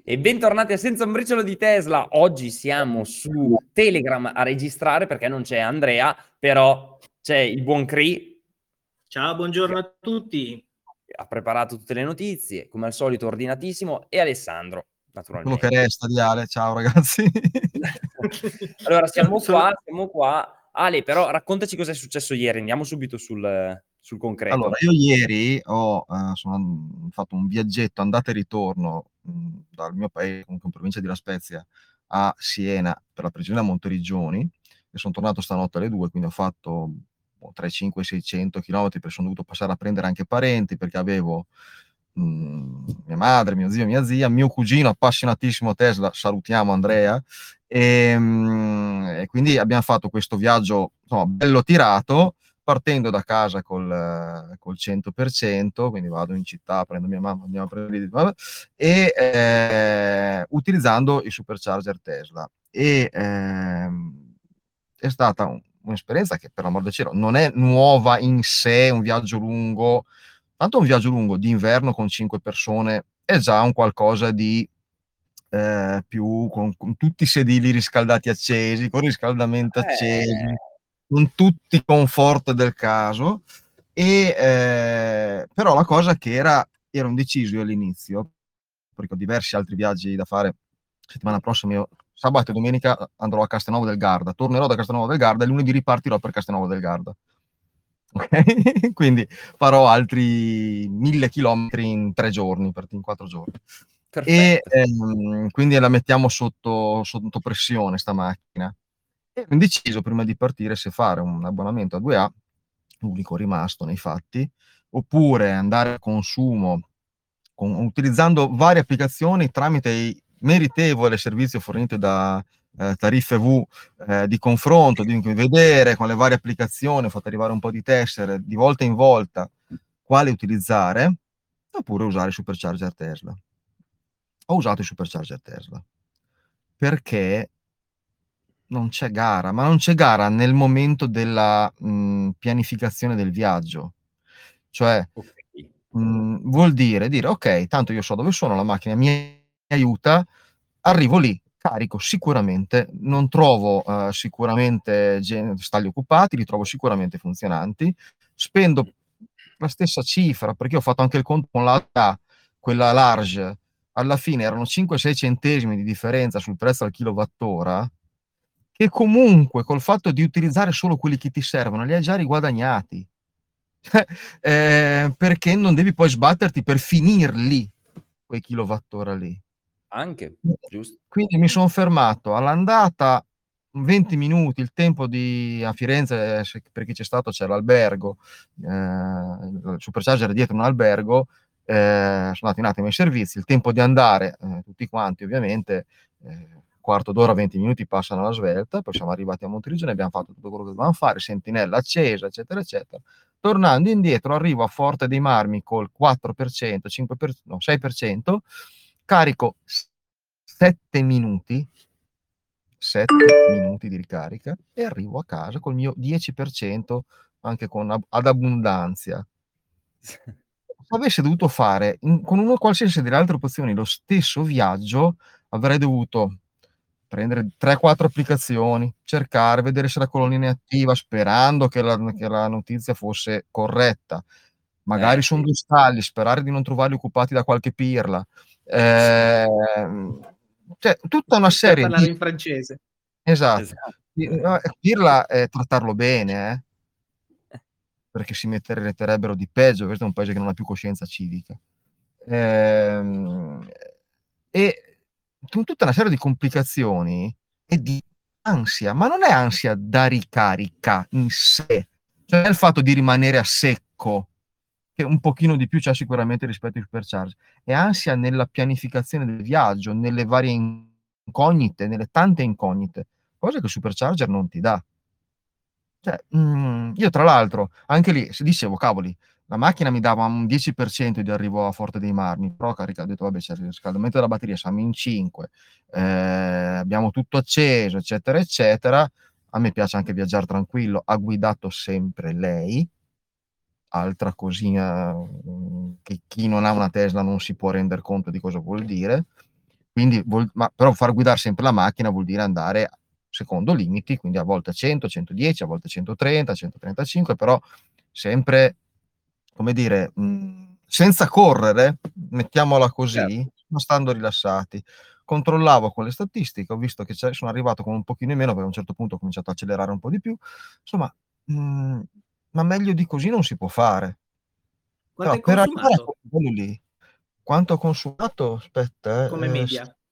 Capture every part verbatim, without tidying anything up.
E bentornati a Senza un briciolo di Tesla. Oggi siamo su Telegram a registrare perché non c'è Andrea, però c'è il buon Cri. Ciao, buongiorno a tutti. Ha preparato tutte le notizie, come al solito ordinatissimo, e Alessandro, Quello che naturalmente. resta di Ale. Ciao ragazzi. Allora, siamo Sono... qua, siamo qua. Ale, però raccontaci cosa è successo ieri, andiamo subito sul, sul concreto. Allora, io ieri ho uh, sono fatto un viaggetto andata e ritorno mh, dal mio paese, comunque in provincia di La Spezia, a Siena, per la precisione a Monteriggioni, e sono tornato stanotte alle due, quindi ho fatto boh, tra i cinquecento e i seicento chilometri, perché sono dovuto passare a prendere anche parenti, perché avevo mh, mia madre, mio zio, mia zia, mio cugino appassionatissimo a Tesla, salutiamo Andrea, e, mh, e quindi abbiamo fatto questo viaggio, insomma, bello tirato, partendo da casa col, col cento per cento, quindi vado in città, prendo mia mamma, andiamo a prendere, e eh, utilizzando il supercharger Tesla. E ehm, è stata un, un'esperienza che, per l'amor del cielo, non è nuova in sé, un viaggio lungo, tanto un viaggio lungo d'inverno con cinque persone è già un qualcosa di eh, più con, con tutti i sedili riscaldati accesi, con riscaldamento Eh, accesi, con tutti i comfort del caso. E eh, però la cosa che era, ero indeciso io all'inizio, perché ho diversi altri viaggi da fare settimana prossima. Io sabato e domenica andrò a Castelnuovo del Garda, tornerò da Castelnuovo del Garda e lunedì ripartirò per Castelnuovo del Garda. Okay? Quindi farò altri mille chilometri in tre giorni, per in quattro giorni. E perfetto. ehm, quindi la mettiamo sotto, sotto pressione sta macchina. E ho indeciso prima di partire se fare un abbonamento a due A, l'unico rimasto nei fatti, oppure andare a consumo con, utilizzando varie applicazioni tramite il meritevole servizio fornito da eh, Tariffe V eh, di confronto, di vedere con le varie applicazioni, ho fatto arrivare un po' di tessere di volta in volta quale utilizzare, oppure usare il supercharger Tesla. Ho usato il supercharger Tesla perché non c'è gara, ma non c'è gara nel momento della mh, pianificazione del viaggio. Cioè, Ok. mh, vuol dire, dire, ok, tanto io so dove sono, la macchina mi aiuta, arrivo lì, carico sicuramente, non trovo uh, sicuramente gen- stalli occupati, li trovo sicuramente funzionanti, spendo la stessa cifra, perché ho fatto anche il conto con la quella large, alla fine erano cinque sei centesimi di differenza sul prezzo al kilowattora, che comunque col fatto di utilizzare solo quelli che ti servono li hai già riguadagnati. eh, perché non devi poi sbatterti per finirli quei kilowattora lì. Anche, giusto? Quindi mi sono fermato all'andata venti minuti, il tempo di a Firenze, se, per chi c'è stato c'è l'albergo, eh, il supercharger è dietro un albergo, eh, sono andato un attimo ai servizi, il tempo di andare, eh, tutti quanti ovviamente, eh, quarto d'ora, venti minuti passano alla svelta, poi siamo arrivati a Monteriggioni, abbiamo fatto tutto quello che dovevamo fare, sentinella accesa, eccetera, eccetera. Tornando indietro arrivo a Forte dei Marmi col quattro per cento, cinque per cento, no, sei per cento, carico sette minuti, sette minuti di ricarica e arrivo a casa col mio dieci per cento anche con ab- ad abbondanza. Se avessi dovuto fare in- con una qualsiasi delle altre opzioni lo stesso viaggio, avrei dovuto prendere tre quattro applicazioni, cercare, vedere se la colonnina è attiva, sperando che la, che la notizia fosse corretta. Magari Eh, sono sì. due stalli, sperare di non trovarli occupati da qualche pirla. Ehm, cioè, tutta una Per serie parlare di... in francese. Esatto. Esatto. Di- no, pirla è trattarlo bene, eh, perché si metterebbero di peggio. Questo è un paese che non ha più coscienza civica. Ehm, e con tutta una serie di complicazioni e di ansia, ma non è ansia da ricarica in sé, cioè è il fatto di rimanere a secco, che un pochino di più c'è sicuramente rispetto ai supercharger, è ansia nella pianificazione del viaggio, nelle varie incognite, nelle tante incognite, cosa che il supercharger non ti dà. Cioè, mhmm, io tra l'altro anche lì s dicevo: "Cavoli, la macchina mi dava un dieci per cento di arrivo a Forte dei Marmi", però carica ho detto: "Vabbè, c'è il riscaldamento della batteria, siamo in cinque, ehm, abbiamo tutto acceso, eccetera, eccetera". A me piace anche viaggiar tranquillo, ha guidato sempre lei, altra cosina, mhmm, che chi non ha una Tesla non si può render conto di cosa vuol dire. quindi vuol, ma però far guidare sempre la macchina vuol dire andare secondo limiti, quindi a volte a cento, centodieci, a volte centotrenta, centotrentacinque, però sempre, come dire, mh, senza correre, mettiamola così, Certo. ma stando rilassati. Controllavo con le statistiche, ho visto che c'è, sono arrivato con un pochino in meno, perché a un certo punto ho cominciato a accelerare un po' di più, insomma, mh, ma meglio di così non si può fare. Quanto Però hai per arrivare a consumato quel livello lì, quanto ho consumato? Aspetta, come eh, eh, s- media?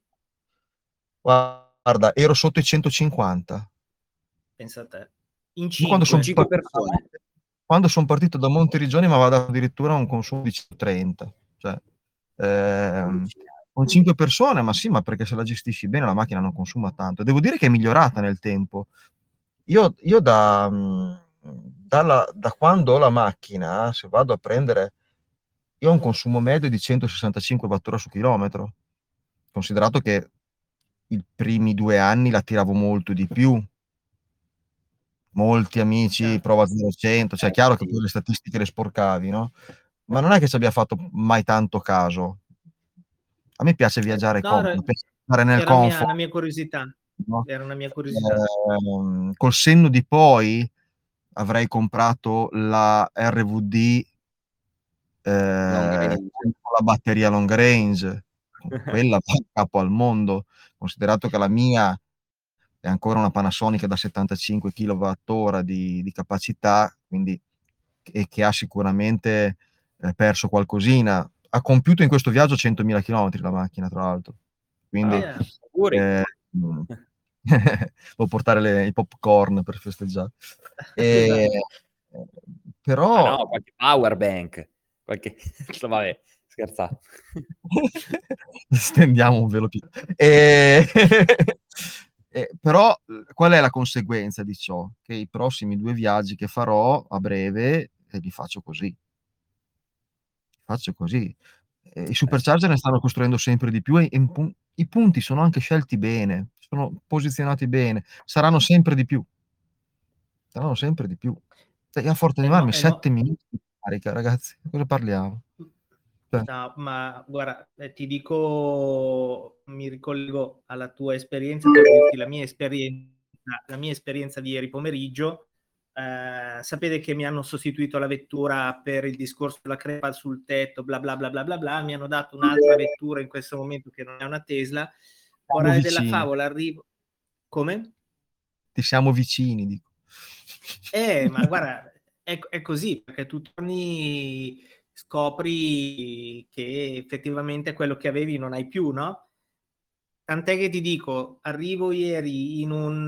guarda, ero sotto i centocinquanta. Pensa a te. In Io quando Con son cinque. cinque partito persone. quando son partito da Monteriggioni m'aveva dato addirittura un consumo di centotrenta, cioè, ehm, Allucinante. con cinque persone, ma sì, ma perché se la gestisci bene la macchina non consuma tanto. Devo dire che è migliorata nel tempo. Io io da mhmm, dalla da quando ho la macchina, se vado a prendere, io ho un consumo medio di centosessantacinque wattora su chilometro, considerato che i primi due anni la tiravo molto di più. Molti amici Certo. prova zero cento, cioè è Eh, chiaro che sì. poi le statistiche le sporcavi, no, ma non è che ci abbia fatto mai tanto caso. A me piace viaggiare No, comodo, era mi piace stare nel era mia una comfort, mia curiosità. no, Era una mia curiosità. ehm, col senno di poi avrei comprato la R V D, Long ehm, range. con la batteria long range, con quella va in capo al mondo, considerato che la mia è ancora una Panasonic da settantacinque chilowattora di di capacità, quindi e che ha sicuramente, ehm, perso qualcosina. Ha compiuto in questo viaggio centomila chilometri la macchina, tra l'altro. Quindi, Yeah. Auguri. ehm, devo portare le i popcorn per festeggiare. Esatto. Ehm, Ma però no, qualche power bank, qualche vabbè, scherzavo. stendiamo un velo più ehm, e però, uhm, qual è la conseguenza di ciò? Che i prossimi due viaggi che farò a breve, eh, li faccio così. Faccio così. Ehm, I Eh sì. supercharger ne stanno costruendo sempre di più e in pu i punti sono anche scelti bene, sono posizionati bene, saranno sempre di più. Saranno sempre di più. Cioè io a Forte È dei mo Marmi è mo sette minuti di carica, ragazzi, di cosa parliamo? Mh. Cioè No, ma guarda, ehm, ti dico mi ricollego alla tua esperienza per dirti la mia esperienza la mia esperienza di ieri pomeriggio. Ehm, sapete che mi hanno sostituito la vettura per il discorso della crepa sul tetto, bla, bla, bla, bla, bla, bla, mi hanno dato un'altra vettura in questo momento che non è una Tesla. siamo Morale della vicini, favola, arrivo come? ti siamo vicini dico. Eh, ma guarda, è c è così, perché tu torni, scopri che effettivamente quello che avevi non hai più, no, tant'è che ti dico, arrivo ieri in un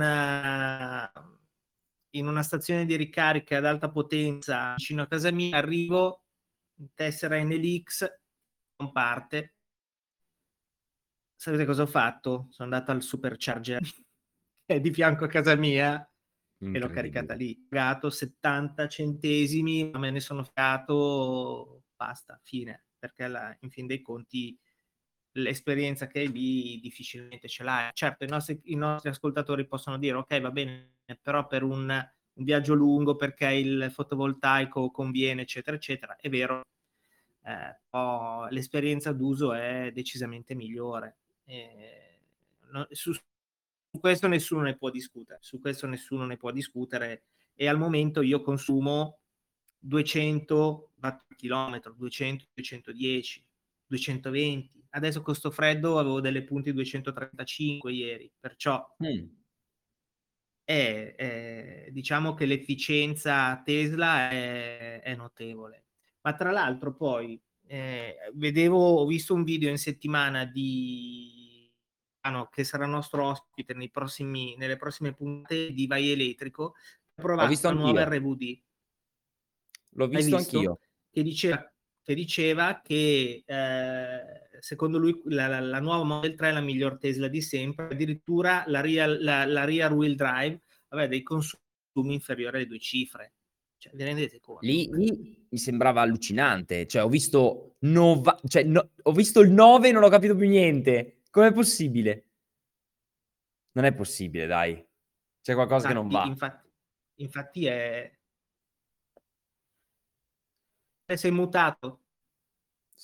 in una stazione di ricarica ad alta potenza vicino a casa mia, arrivo, tessera N L X, non parte. Sapete cosa ho fatto? Sono andato al supercharger che è di fianco a casa mia e l'ho caricata Incredibile. lì. Ho pagato settanta centesimi, ma me ne sono fregato, basta, fine, perché la in fin dei conti l'esperienza che hai lì difficilmente ce l'hai. Certo, i nostri i nostri ascoltatori possono dire: "Okay, va bene, però per un un viaggio lungo, perché il fotovoltaico conviene, eccetera, eccetera." È vero, ehm, però l'esperienza d'uso è decisamente migliore. Ehm, no su su questo nessuno ne può discutere, su questo nessuno ne può discutere e al momento io consumo duecento watt al chilometro, duecento, duecentodieci, duecentoventi. Adesso con 'sto freddo avevo delle punte duecentotrentacinque ieri, perciò Mh. eh, ehm, diciamo che l'efficienza Tesla è è notevole. Ma tra l'altro poi, ehm, vedevo ho visto un video in settimana di Milano, che sarà nostro ospite nei prossimi nelle prossime puntate di Vai Elettrico, ha L'ho provato visto la nuova anch'io. R V D. L'ho Hai visto visto? anch'io. Che diceva che diceva che, ehm, secondo lui la la la nuova Model tre è la miglior Tesla di sempre, addirittura la real la la rear wheel drive aveva dei consumi inferiori alle due cifre. Cioè, vi rendete conto? Lì lì mi sembrava allucinante. Cioè ho visto nova cioè no ho visto il nove e non ho capito più niente. Com'è possibile? Non è possibile dai. C'è qualcosa che non Infatti va. infatti infatti è eh, sei mutato? S s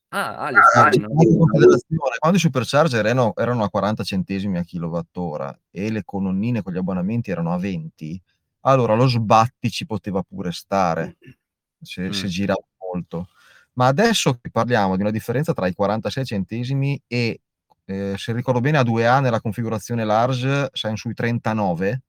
Ah, Ale, scusami, non quando i supercharger erano, erano a quaranta centesimi a kilowattora e le colonnine con gli abbonamenti erano a venti, allora lo sbatti ci poteva pure stare, se, se Mm. girava molto. Ma adesso che parliamo di una differenza tra i quarantasei centesimi e, eh, se ricordo bene, a due A nella configurazione large siamo sui trentanove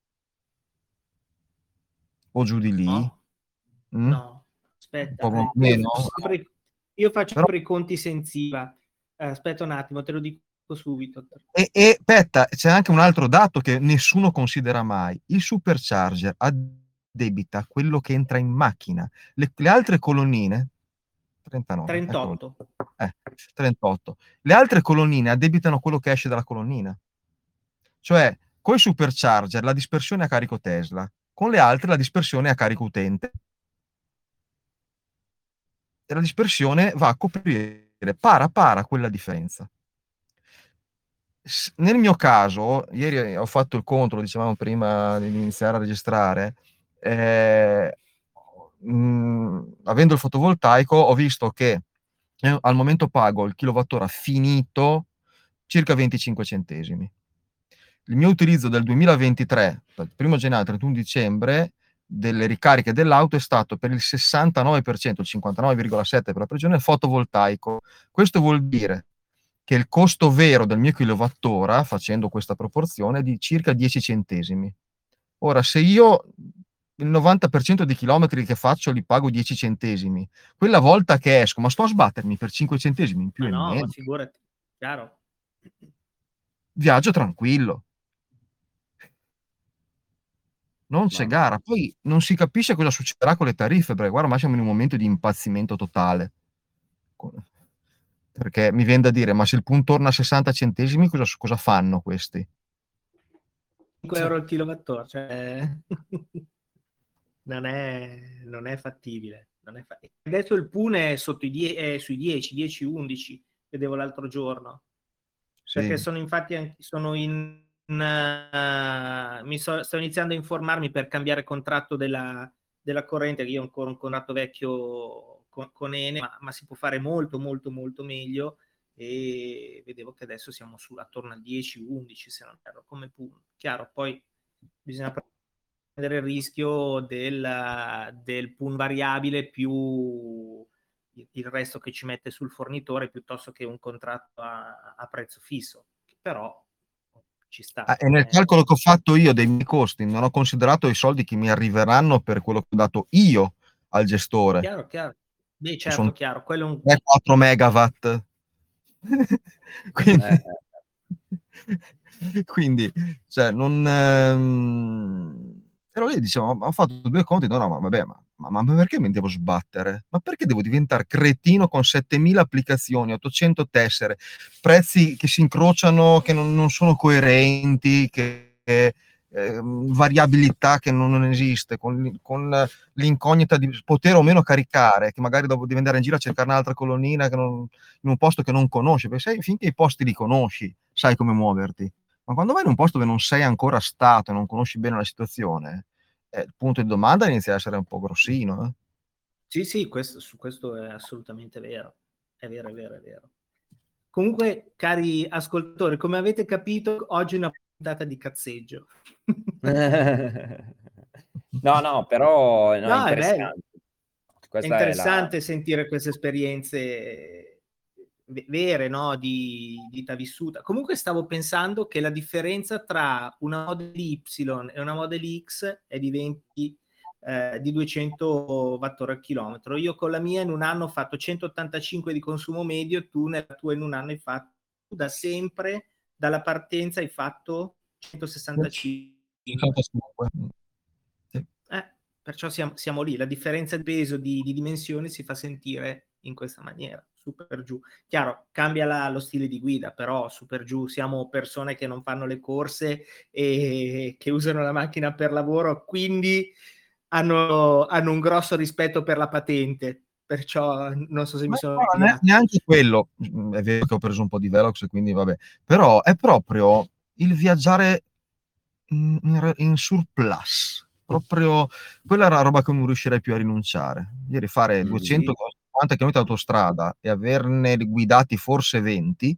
o giù di lì. No, Mm? no, Un aspetta, po' eh, io, meno? faccio sempre, io faccio Però sempre i conti sensiva. Eh, aspetta un attimo, te lo dico subito. E, e aspetta, c'è anche un altro dato che nessuno considera mai. Il supercharger addebita quello che entra in macchina. Le, le altre colonnine, trentanove, eccolo lì. trentotto. Eh, trentotto. Le altre colonnine addebitano quello che esce dalla colonnina. Cioè, con i supercharger la dispersione è a carico Tesla, con le altre la dispersione è a carico utente. E la dispersione va a coprire para para quella differenza. S- Nel mio caso, ieri ho fatto il conto, lo dicevamo prima di iniziare a registrare, eh, mh, avendo il fotovoltaico ho visto che eh, al momento pago il kilowattora finito circa venticinque centesimi. Il mio utilizzo del duemilaventitré, dal primo gennaio al trentuno dicembre, delle ricariche dell'auto è stato per il sessantanove per cento, il cinquantanove virgola sette per cento per la precisione, fotovoltaico. Questo vuol dire che il costo vero del mio kilowattora, facendo questa proporzione, è di circa dieci centesimi. Ora, se io il novanta per cento dei chilometri che faccio li pago dieci centesimi, quella volta che esco, ma sto a sbattermi per cinque centesimi in più Ma e in no, ma meno, figurati, chiaro. viaggio tranquillo. Non c'è Mamma gara. mia. Poi non si capisce cosa succederà con le tariffe, perché guarda, ma siamo in un momento di impazzimento totale. Perché mi viene da dire, ma se il punto torna a sessanta centesimi, cosa, cosa fanno questi? cinque euro al kilowattora, cioè non è, non è fattibile. Non è fa- Adesso il P U N è, sotto i die- è sui dieci, dieci undici, vedevo l'altro giorno. Perché Sì. sono infatti anche, sono in, uh, mi so, sto iniziando a informarmi per cambiare contratto della, della corrente, che io ho ancora un contratto vecchio con, con Ene, ma, ma si può fare molto molto molto meglio, e vedevo che adesso siamo su attorno al dieci undici, se non erro, come P U N. Chiaro, poi bisogna prendere il rischio del, del P U N variabile più il resto che ci mette sul fornitore, piuttosto che un contratto a, a prezzo fisso, però ci sta. Ah, e nel eh. calcolo che ho fatto io dei miei costi non ho considerato i soldi che mi arriveranno per quello che ho dato io al gestore. Chiaro, chiaro. Beh, Che sono certo, chiaro. Quello è un... tre quattro megawatt. Quindi, Eh, quindi, cioè, non... ehm, ero lì, dicevo, ma ho fatto due conti, no, no, ma vabbè, ma, ma, ma perché mi devo sbattere? Ma perché devo diventare cretino con settemila applicazioni, ottocento tessere, prezzi che si incrociano, che non, non sono coerenti, che... che eh, variabilità che non, non esiste, con, con l'incognita di poter o meno caricare, che magari dopo devi andare in giro a cercare un'altra colonnina che non, in un posto che non conosci, perché sai, finché i posti li conosci, sai come muoverti. Ma quando vai in un posto dove non sei ancora stato e non conosci bene la situazione, eh, il punto di domanda inizia a essere un po' grossino. Eh? Sì, sì, questo, su questo è assolutamente vero. È vero, è vero, è vero. Comunque, cari ascoltatori, come avete capito, oggi è una puntata di cazzeggio. No, no, però no, è No, è bello. interessante. È Questa è la... interessante sentire queste esperienze ve- vere, no? Di di vita vissuta. Comunque stavo pensando che la differenza tra una Model Y e una Model X è di venti eh, di duecento watt-ora al chilometro. Io con la mia in un anno ho fatto centottantacinque di consumo medio, tu nella tua in un anno hai fatto, tu da sempre, dalla partenza hai fatto centosessantacinque. sessantacinque. Sì. Eh, perciò siamo, siamo lì, la differenza di peso, di, di dimensioni si fa sentire in questa maniera, su per giù. Chiaro, cambia la, lo stile di guida, però su per giù siamo persone che non fanno le corse e che usano la macchina per lavoro, quindi hanno, hanno un grosso rispetto per la patente, perciò non so se mi Ma sono no, ne- spiegato. neanche quello. Mm, è vero che ho preso un po' di Velox, quindi vabbè. Però è proprio il viaggiare in, in re- in surplus. Proprio quella è la roba che non riuscirei più a rinunciare. Ieri fare Mm. duecento, Sì. cinquanta chilometri d'autostrada e averne guidati forse venti,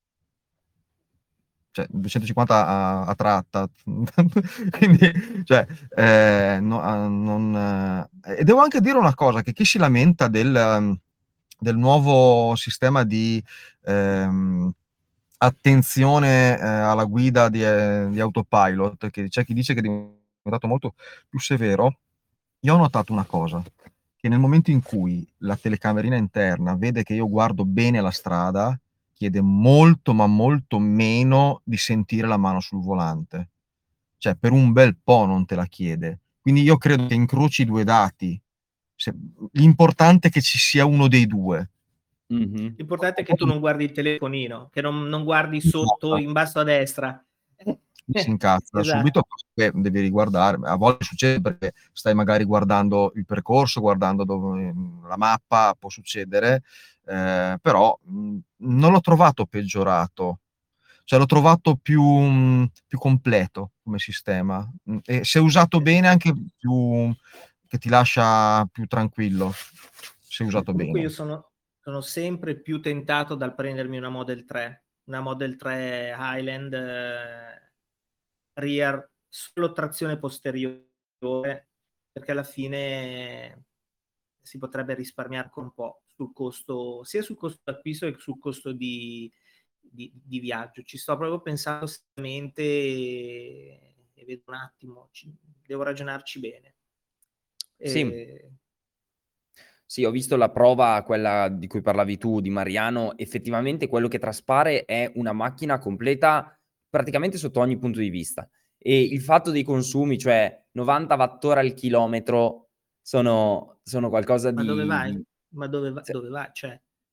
cioè duecentocinquanta a, a tratta, quindi, cioè, eh, no, ah, non, eh, e devo anche dire una cosa, che chi si lamenta del, um, del nuovo sistema di ehm, attenzione eh, alla guida di, eh, di autopilot, che c'è chi dice che è diventato molto più severo, io ho notato una cosa, che nel momento in cui la telecamerina interna vede che io guardo bene la strada, chiede molto, ma molto meno di sentire la mano sul volante. Cioè, per un bel po' non te la chiede. Quindi io credo che incroci i due dati. Se- l'importante è che ci sia uno dei due. Mhm. L'importante è che tu non guardi il telefonino, che non, non guardi sotto, in basso a destra. Si incazza Esatto. subito perché devi riguardare. A volte succede perché stai magari guardando il percorso, guardando dove, la mappa, può succedere, eh, però mh, non l'ho trovato peggiorato, cioè l'ho trovato più, mh, più completo come sistema, mh, e se usato bene anche più, che ti lascia più tranquillo, se usato Comunque bene. io sono, sono sempre più tentato dal prendermi una Model tre, una Model tre Highland eh, rear, solo trazione posteriore, perché alla fine si potrebbe risparmiare un po' sul costo, sia sul costo d'acquisto che sul costo di, di, di viaggio. Ci sto proprio pensando seriamente e, e vedo un attimo, ci, devo ragionarci bene. Sì. E, Sì, ho visto la prova, quella di cui parlavi tu, di Mariano. Effettivamente quello che traspare è una macchina completa praticamente sotto ogni punto di vista. E il fatto dei consumi, cioè novanta watt-ora al chilometro, sono, sono qualcosa ma dove di... vai? di... Ma dove, va, cioè, dove vai? Cioè,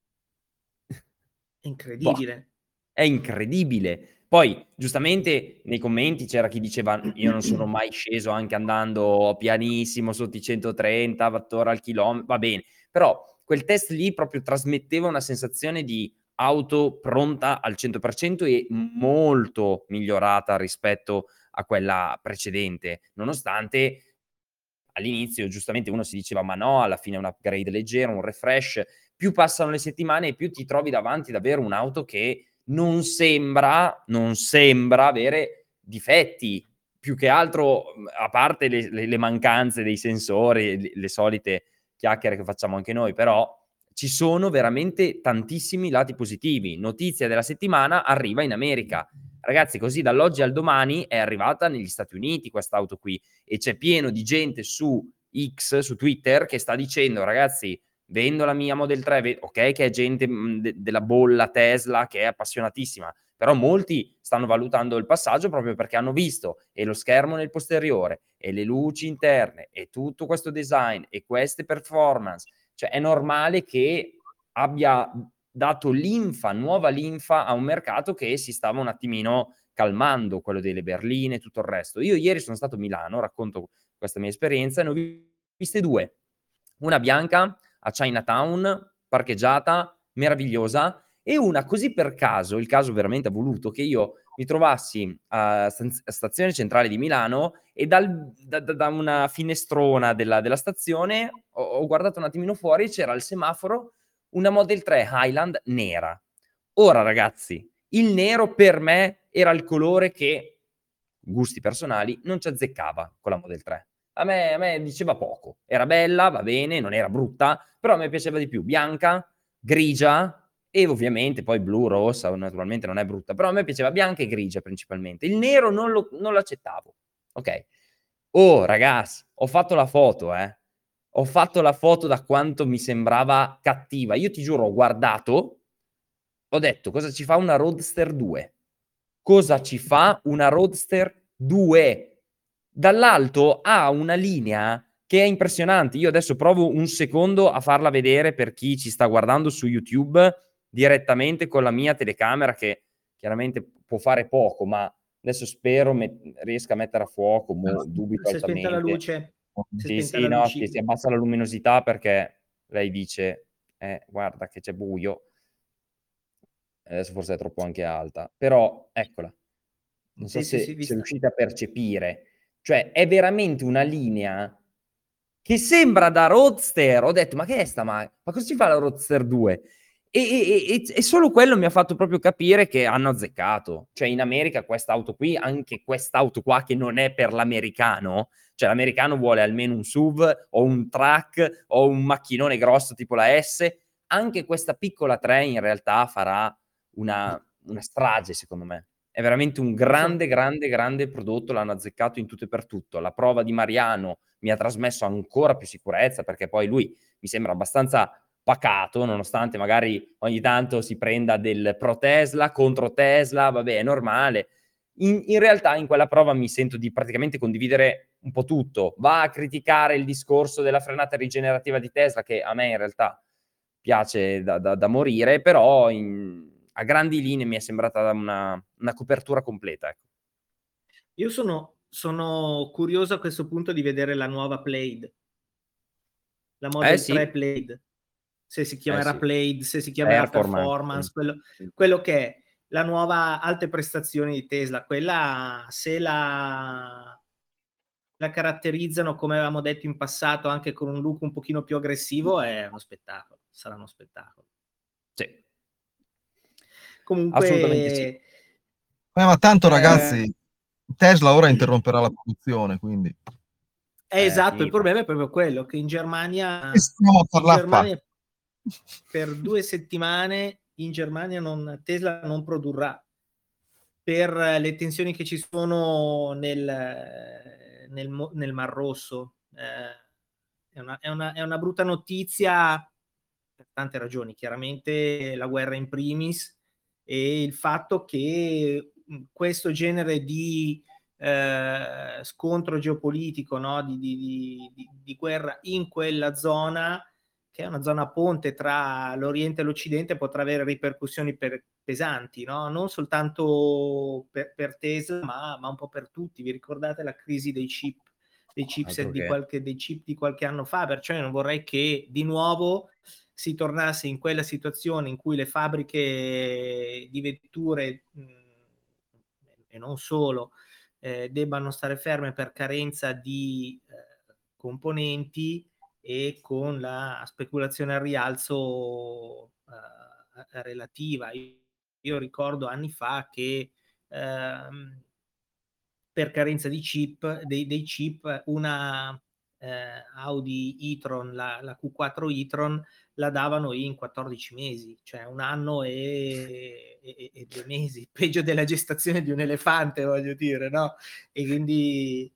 è boh, incredibile. è incredibile. Poi, giustamente, nei commenti c'era chi diceva io non sono mai sceso anche andando pianissimo sotto i centotrenta watt-ora al chilometro, va bene. Però quel test lì proprio trasmetteva una sensazione di auto pronta al cento per cento e molto migliorata rispetto a quella precedente, nonostante all'inizio giustamente uno si diceva ma no, alla fine è un upgrade leggero, un refresh. Più passano le settimane e più ti trovi davanti davvero un'auto che non sembra, non sembra avere difetti, più che altro, a parte le, le, le mancanze dei sensori, le, le solite chiacchiere che facciamo anche noi, però ci sono veramente tantissimi lati positivi. Notizia della settimana, arriva in America. Ragazzi, così dall'oggi al domani è arrivata negli Stati Uniti quest'auto qui e c'è pieno di gente su X, su Twitter, che sta dicendo, ragazzi, vendo la mia Model tre, ok che è gente de- della bolla Tesla che è appassionatissima, però molti stanno valutando il passaggio proprio perché hanno visto e lo schermo nel posteriore e le luci interne e tutto questo design e queste performance, cioè è normale che abbia dato linfa, nuova linfa a un mercato che si stava un attimino calmando, quello delle berline e tutto il resto. Io ieri sono stato a Milano, racconto questa mia esperienza, e ne ho viste due. Una bianca a Chinatown, parcheggiata, meravigliosa, e una così per caso, il caso veramente ha voluto che io mi trovassi a stazione centrale di Milano e dal, da, da, una finestrona della, della stazione ho, ho guardato un attimino fuori e c'era al semaforo una Model tre Highland nera. Ora ragazzi, il nero per me era il colore che, gusti personali, non ci azzeccava con la Model tre. A me, a me diceva poco. Era bella, va bene, non era brutta, però a me piaceva di più bianca, grigia e ovviamente poi blu, rossa, naturalmente non è brutta, però a me piaceva bianca e grigia principalmente. Il nero non, lo, non l'accettavo. Ok. Oh, ragazzi, ho fatto la foto, eh. Ho fatto la foto da quanto mi sembrava cattiva. Io ti giuro, ho guardato, ho detto, cosa ci fa una Roadster due? Cosa ci fa una Roadster due? Dall'alto ha una linea che è impressionante. Io adesso provo un secondo a farla vedere per chi ci sta guardando su YouTube direttamente con la mia telecamera, che chiaramente può fare poco, ma adesso spero me- riesca a mettere a fuoco, mo, dubito Si è spenta la altamente. luce, si è Sì, spenta sì, la no, si, si lucina. abbassa la luminosità perché lei dice, eh, guarda che c'è buio. Adesso forse è troppo anche alta, però eccola. Non so Sì, sì, sì, se, se vista. riuscite a percepire. Cioè, è veramente una linea che sembra da Roadster. Ho detto, ma che è sta ma, ma cosa ci fa la Roadster due? E, e, e, e solo quello mi ha fatto proprio capire che hanno azzeccato. Cioè in America quest'auto qui, anche quest'auto qua che non è per l'americano, cioè l'americano vuole almeno un S U V o un truck o un macchinone grosso tipo la S, anche questa piccola tre in realtà farà una, una strage secondo me. È veramente un grande, grande, grande prodotto, l'hanno azzeccato in tutto e per tutto. La prova di Mariano mi ha trasmesso ancora più sicurezza, perché poi lui mi sembra abbastanza pacato, nonostante magari ogni tanto si prenda del pro Tesla, contro Tesla, vabbè, è normale. In, in realtà in quella prova mi sento di praticamente condividere un po' tutto. Va a criticare il discorso della frenata rigenerativa di Tesla, che a me in realtà piace da, da, da morire, però in, a grandi linee mi è sembrata una, una copertura completa. Ecco. Io sono, sono curioso a questo punto di vedere la nuova Plaid, la Model eh, sì. tre Plaid, se si chiamerà eh, sì. Plaid, se si chiamerà Performance, Performance, quello, quello che è la nuova alte prestazioni di Tesla, quella se la, la caratterizzano come avevamo detto in passato, anche con un look un pochino più aggressivo, è uno spettacolo, sarà uno spettacolo. Sì. Comunque, assolutamente sì. Eh, ma tanto eh, ragazzi, Tesla ora interromperà la produzione, quindi è Eh, esatto, finita. il problema è proprio quello, che in Germania, stiamo a in Germania fa. per due settimane in Germania non, Tesla non produrrà per le tensioni che ci sono nel, nel, nel Mar Rosso. Eh, è, una, è, una, è una brutta notizia per tante ragioni, chiaramente la guerra in primis e il fatto che questo genere di eh, scontro geopolitico, no? di, di, di, di guerra in quella zona, che è una zona ponte tra l'Oriente e l'Occidente, potrà avere ripercussioni per, pesanti, no? Non soltanto per, per Tesla, ma, ma un po' per tutti. Vi ricordate la crisi dei chip, dei chipset di qualche, dei chip di qualche anno fa? Perciò io non vorrei che di nuovo si tornasse in quella situazione in cui le fabbriche di vetture mh, e non solo eh, debbano stare ferme per carenza di eh, componenti e con la speculazione al rialzo eh, relativa. Io, io ricordo anni fa che ehm, per carenza di chip, dei, dei chip, una eh, Audi e-tron, la, la Q quattro e-tron, la davano in quattordici mesi, cioè un anno e, e, e due mesi, peggio della gestazione di un elefante, voglio dire, no? E quindi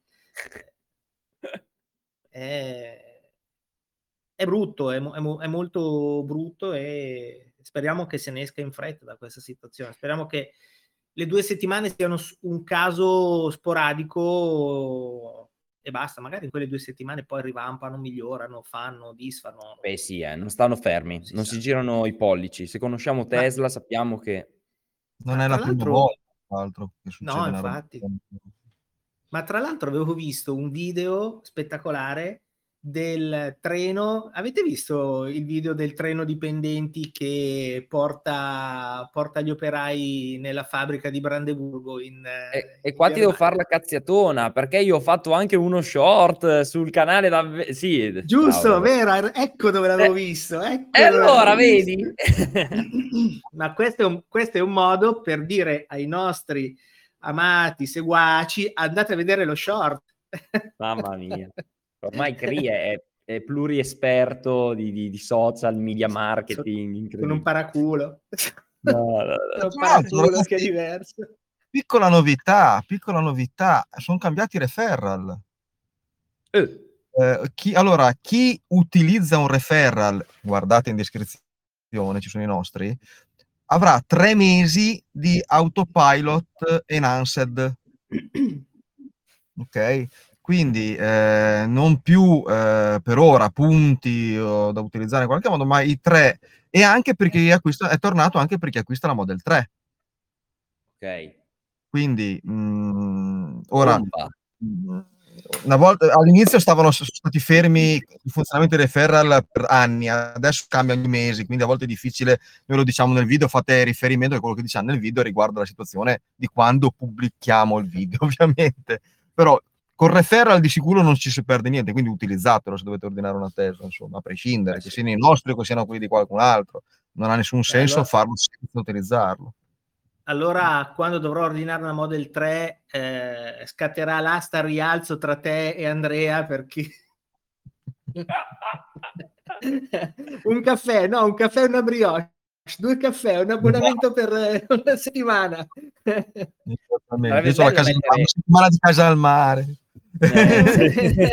è, è brutto, è, è, è molto brutto e speriamo che se ne esca in fretta da questa situazione. Speriamo che le due settimane siano un caso sporadico e basta. Magari in quelle due settimane poi rivampano, migliorano, fanno, disfanno. Beh sì, eh, non stanno fermi, non si, non sa. si girano i pollici. Se conosciamo Tesla ma, sappiamo che... Non è la prima volta, tra l'altro, che succede no, una infatti. roba. Ma tra l'altro avevo visto un video spettacolare del treno. Avete visto il video del treno dipendenti che porta, porta gli operai nella fabbrica di Brandeburgo in, e, in e qua Germania. ti devo fare la cazziatona, perché io ho fatto anche uno short sul canale da... Sì, giusto, ciao, vero, ecco dove l'avevo eh, visto, ecco e allora visto. vedi Ma questo è, un, questo è un modo per dire ai nostri amati seguaci: andate a vedere lo short. Mamma mia, ormai Cri è, è pluriesperto di, di, di social, media marketing, con un paraculo. No, no, no. Un paraculo che è diverso. Piccola novità, piccola novità, sono cambiati i referral. Eh. Eh, chi, allora, chi utilizza un referral, guardate in descrizione, ci sono i nostri, avrà tre mesi di autopilot enhanced. Ok? Quindi eh, non più eh, per ora punti oh, da utilizzare in qualche modo, ma i tre, e anche per chi acquista, è tornato anche per chi acquista la Model tre. Ok. Quindi mh, ora Bomba. mh, una volta all'inizio stavano sono stati fermi il funzionamento dei referral per anni, adesso cambiano i mesi, quindi a volte è difficile, noi lo diciamo nel video, fate riferimento a quello che diciamo nel video riguardo la situazione di quando pubblichiamo il video, ovviamente. Però Con referral di sicuro non ci si perde niente, quindi utilizzatelo se dovete ordinare una Tesla, insomma, a prescindere, Eh che sì. siano i nostri o che siano quelli di qualcun altro. Non ha nessun Eh, senso allora, farlo senza utilizzarlo. allora quando dovrò ordinare una Model tre eh, scatterà l'asta al rialzo tra te e Andrea perché un caffè, no, un caffè e una brioche, due caffè, un abbonamento per eh, una settimana. Esattamente. Sarebbe Io c'ho la bello casa al mare, una mettere settimana di casa al mare. eh, sì.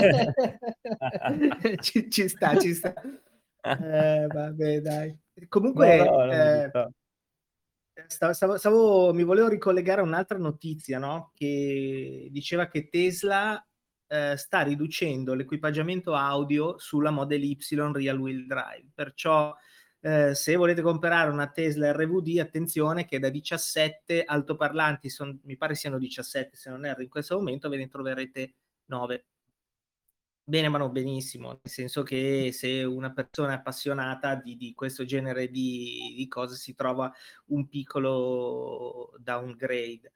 ci, ci sta, ci sta. Eh, vabbè, dai. No, Comunque, no, non ci eh, sta. stavo, stavo- stavo- mi volevo ricollegare a un'altra notizia, no? Che diceva che Tesla eh, sta riducendo l'equipaggiamento audio sulla Model Y Real Wheel Drive. Perciò, eh, se volete comprare una Tesla R V D, attenzione che da diciassette altoparlanti, son- mi pare siano diciassette, se non erro in questo momento, ve ne troverete nove. Bene, ma non benissimo, nel senso che se una persona è appassionata di, di questo genere di, di cose si trova un piccolo downgrade.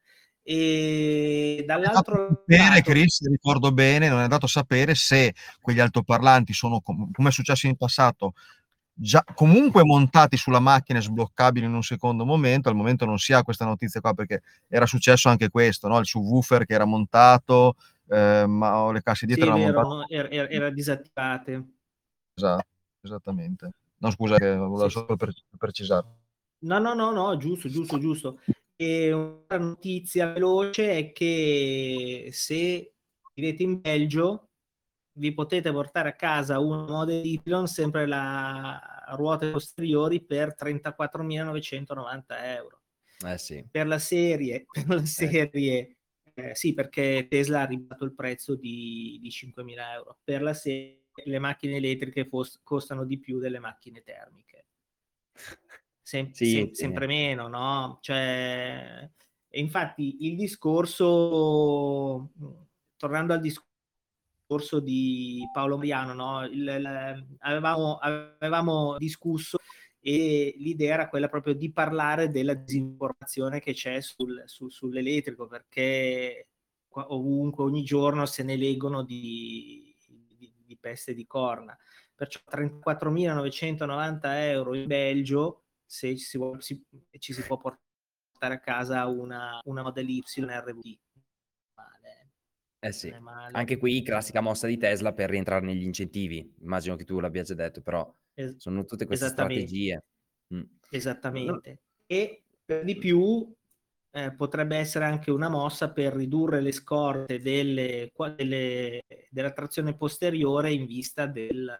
E Non è dato dall'altro sapere, lato, Chris, se ricordo bene, non è dato sapere se quegli altoparlanti sono, com- come è successo in passato, già comunque montati sulla macchina e sbloccabili in un secondo momento. Al momento non si ha questa notizia qua perché era successo anche questo, no? Il subwoofer che era montato, eh, ma le casse sì, dietro è erano vero, montate. no? era, era- era disattivate. Esatto, esattamente. No, scusa, che volevo Sì, sì. solo per, precisare. No, no, no, no, giusto, giusto, giusto. E una notizia veloce è che se vivete in Belgio vi potete portare a casa un Model Y, sempre la ruote posteriori, per trentaquattromilanovecentonovanta euro. Eh sì. Per la serie, per la Eh. serie eh, sì, perché Tesla ha ribasso il prezzo di, di cinquemila euro. Per la serie le macchine elettriche fos- costano di più delle macchine termiche. Sem- sem- Sì, sì. sempre meno, no? Cioè, e infatti il discorso, tornando al discorso di Paolo Mariano, no? Il, il, avevamo, avevamo discusso e l'idea era quella proprio di parlare della disinformazione che c'è sul, su, sull'elettrico, perché ovunque, ogni giorno se ne leggono di, di, di peste di corna. Perciò trentaquattromilanovecentonovanta euro in Belgio, se ci si, vuole, si, ci si può portare a casa una, una Model Y R V D. Male. Eh sì. Non è male. Anche qui classica mossa di Tesla per rientrare negli incentivi. Immagino che tu l'abbia già detto, però Es- sono tutte queste esattamente. strategie. Mm. Esattamente. E per di più eh, potrebbe essere anche una mossa per ridurre le scorte delle, delle, della trazione posteriore in vista del,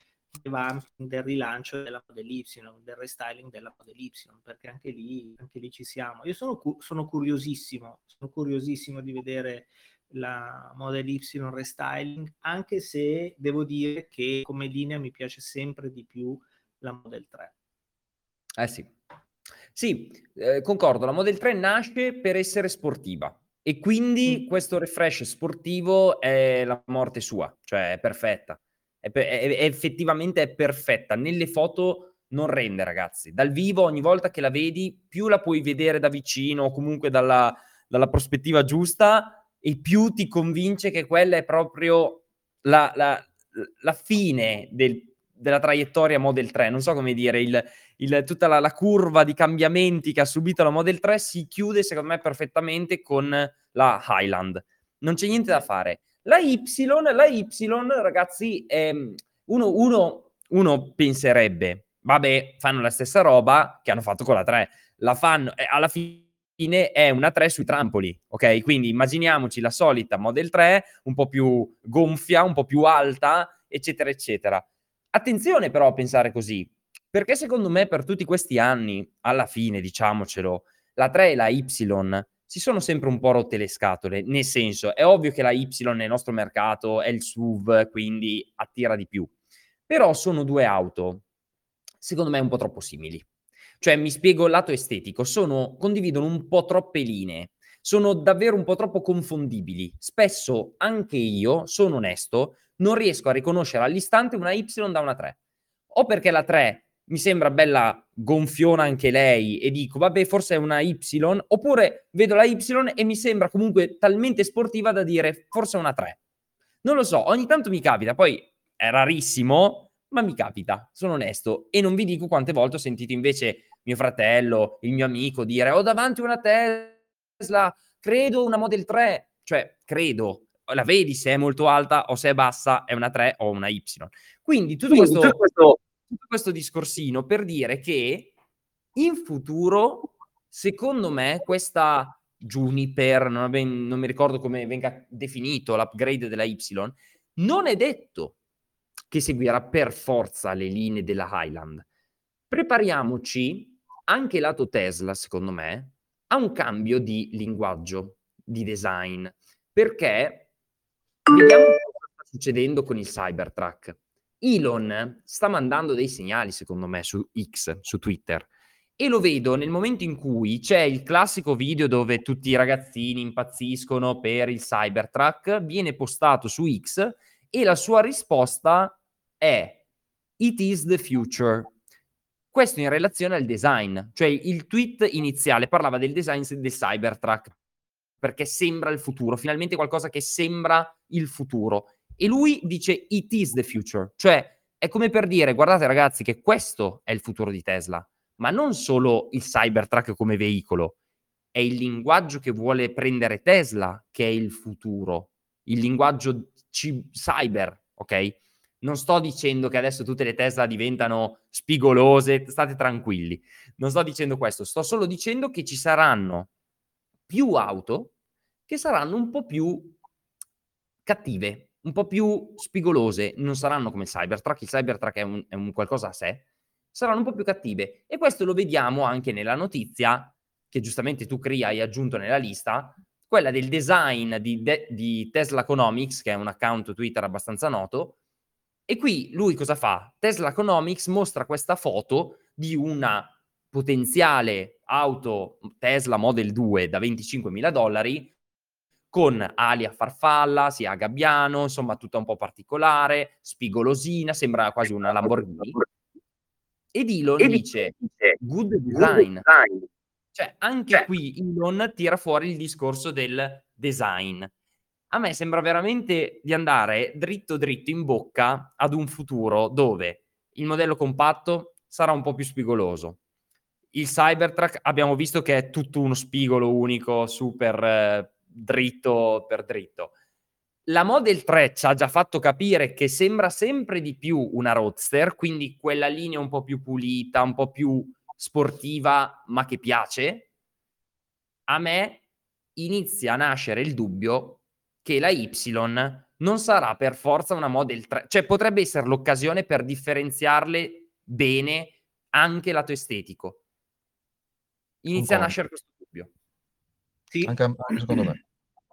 del rilancio della Model Y, del restyling della Model Y, perché anche lì, anche lì ci siamo. Io sono, sono curiosissimo, sono curiosissimo di vedere la Model Y restyling, anche se devo dire che come linea mi piace sempre di più la Model tre. Eh sì. Sì, eh, concordo, la Model tre nasce per essere sportiva e quindi Mm. questo refresh sportivo è la morte sua, cioè è perfetta. È, pe- è- è effettivamente è perfetta. Nelle foto non rende, ragazzi. Dal vivo, ogni volta che la vedi, più la puoi vedere da vicino o comunque dalla, dalla prospettiva giusta e più ti convince che quella è proprio la, la- la fine del- della traiettoria Model tre. Non so come dire, il, il, tutta la, la curva di cambiamenti che ha subito la Model tre si chiude secondo me perfettamente con la Highland. Non c'è niente da fare. La Y, la Y, ragazzi, ehm, uno, uno, uno penserebbe, vabbè, fanno la stessa roba che hanno fatto con la tre. La fanno, eh, alla fine è una tre sui trampoli, ok? Quindi immaginiamoci la solita Model tre, un po' più gonfia, un po' più alta, eccetera, eccetera. Attenzione però a pensare così, perché secondo me per tutti questi anni, alla fine, diciamocelo, la tre e la Y si sono sempre un po' rotte le scatole, nel senso, è ovvio che la Y nel nostro mercato è il S U V, quindi attira di più, però sono due auto, secondo me, un po' troppo simili. Cioè, mi spiego il lato estetico, sono, condividono un po' troppe linee, sono davvero un po' troppo confondibili. Spesso, anche io, sono onesto, non riesco a riconoscere all'istante una Y da una tre. O perché la tre mi sembra bella gonfiona anche lei e dico vabbè forse è una Y, oppure vedo la Y e mi sembra comunque talmente sportiva da dire forse è una tre. Non lo so, ogni tanto mi capita, poi è rarissimo, ma mi capita, sono onesto. E non vi dico quante volte ho sentito invece mio fratello, il mio amico dire ho davanti una Tesla, credo una Model tre, cioè credo, la vedi se è molto alta o se è bassa, è una tre o una Y. Quindi tutto questo, tutto questo discorsino per dire che in futuro, secondo me, questa Juniper, non, ben, non mi ricordo come venga definito l'upgrade della Y, non è detto che seguirà per forza le linee della Highland. Prepariamoci, anche lato Tesla, secondo me, a un cambio di linguaggio, di design, perché vediamo cosa sta succedendo con il Cybertruck. Elon sta mandando dei segnali, secondo me, su X, su Twitter, e lo vedo nel momento in cui c'è il classico video dove tutti i ragazzini impazziscono per il Cybertruck, viene postato su X e la sua risposta è "It is the future". Questo in relazione al design, cioè il tweet iniziale parlava del design del Cybertruck, perché sembra il futuro, finalmente qualcosa che sembra il futuro. E lui dice "It is the future", cioè è come per dire guardate ragazzi che questo è il futuro di Tesla, ma non solo il Cybertruck come veicolo, è il linguaggio che vuole prendere Tesla che è il futuro, il linguaggio c- cyber, ok? Non sto dicendo che adesso tutte le Tesla diventano spigolose, state tranquilli. Non sto dicendo questo, sto solo dicendo che ci saranno più auto che saranno un po' più cattive, un po' più spigolose, non saranno come il Cybertruck, il Cybertruck è un, è un qualcosa a sé, saranno un po' più cattive. E questo lo vediamo anche nella notizia, che giustamente tu, Cri, hai aggiunto nella lista, quella del design di, de- di Tesla Economics, che è un account Twitter abbastanza noto. E qui lui cosa fa? Tesla Economics mostra questa foto di una potenziale auto Tesla Model due da venticinquemila dollari con ali a farfalla, sia a gabbiano, insomma tutta un po' particolare, spigolosina, sembra quasi una Lamborghini. Ed Elon dice good design. Cioè anche qui Elon tira fuori il discorso del design. A me sembra veramente di andare dritto dritto in bocca ad un futuro dove il modello compatto sarà un po' più spigoloso. Il Cybertruck abbiamo visto che è tutto uno spigolo unico, super eh, dritto per dritto. La Model tre ci ha già fatto capire che sembra sempre di più una roadster, quindi quella linea un po' più pulita, un po' più sportiva, ma che piace. A me inizia a nascere il dubbio che la Y non sarà per forza una Model tre, cioè potrebbe essere l'occasione per differenziarle bene anche lato estetico. Inizia Concordo. a nascere questo dubbio. Sì, Anche, anche secondo me.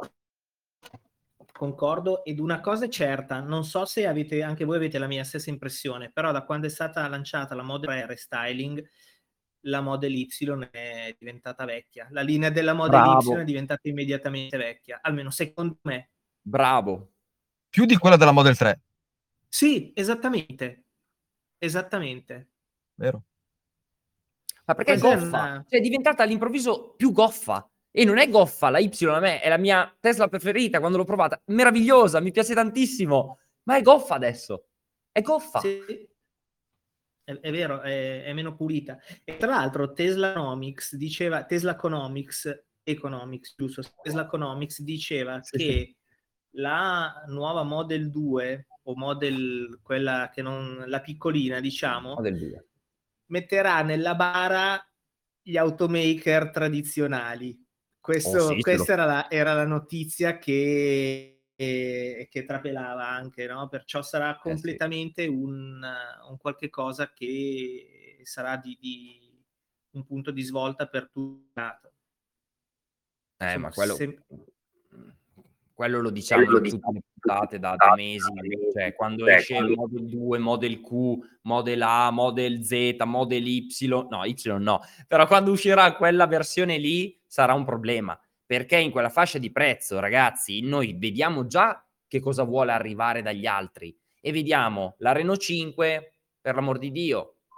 concordo. Ed una cosa è certa, non so se avete, anche voi avete la mia stessa impressione, però da quando è stata lanciata la Model tre Restyling, la Model Y è diventata vecchia. La linea della Model Bravo. Y è diventata immediatamente vecchia, almeno secondo me. Bravo. Più di quella della Model tre, Sì, esattamente. Esattamente. vero? Ma perché è Questa è goffa? una- Cioè è diventata all'improvviso più goffa. E non è goffa, la Y a me è la mia Tesla preferita quando l'ho provata. Meravigliosa, mi piace tantissimo. Ma è goffa adesso. È goffa. Sì, è, è vero, è, è meno pulita. E tra l'altro Tesla Economics diceva, Tesla Economics, Economics, giusto? Tesla Economics diceva Sì. che la nuova Model due o Model, quella che non, la piccolina, diciamo, Model due. metterà nella bara gli automaker tradizionali. Questo, Oh, sì, questa ce era la, era la notizia che, che, che trapelava anche, no? Perciò sarà sì. completamente un, un qualche cosa che sarà di, di un punto di svolta per tutto. Eh, Insomma, ma quello, se- quello lo diciamo in tutte le puntate da, da mesi, cioè quando esce Model due, Model Q, Model A, Model Z, Model Y, no, Y no, però quando uscirà quella versione lì sarà un problema, perché in quella fascia di prezzo, ragazzi, noi vediamo già che cosa vuole arrivare dagli altri e vediamo la Renault cinque, per l'amor di Dio,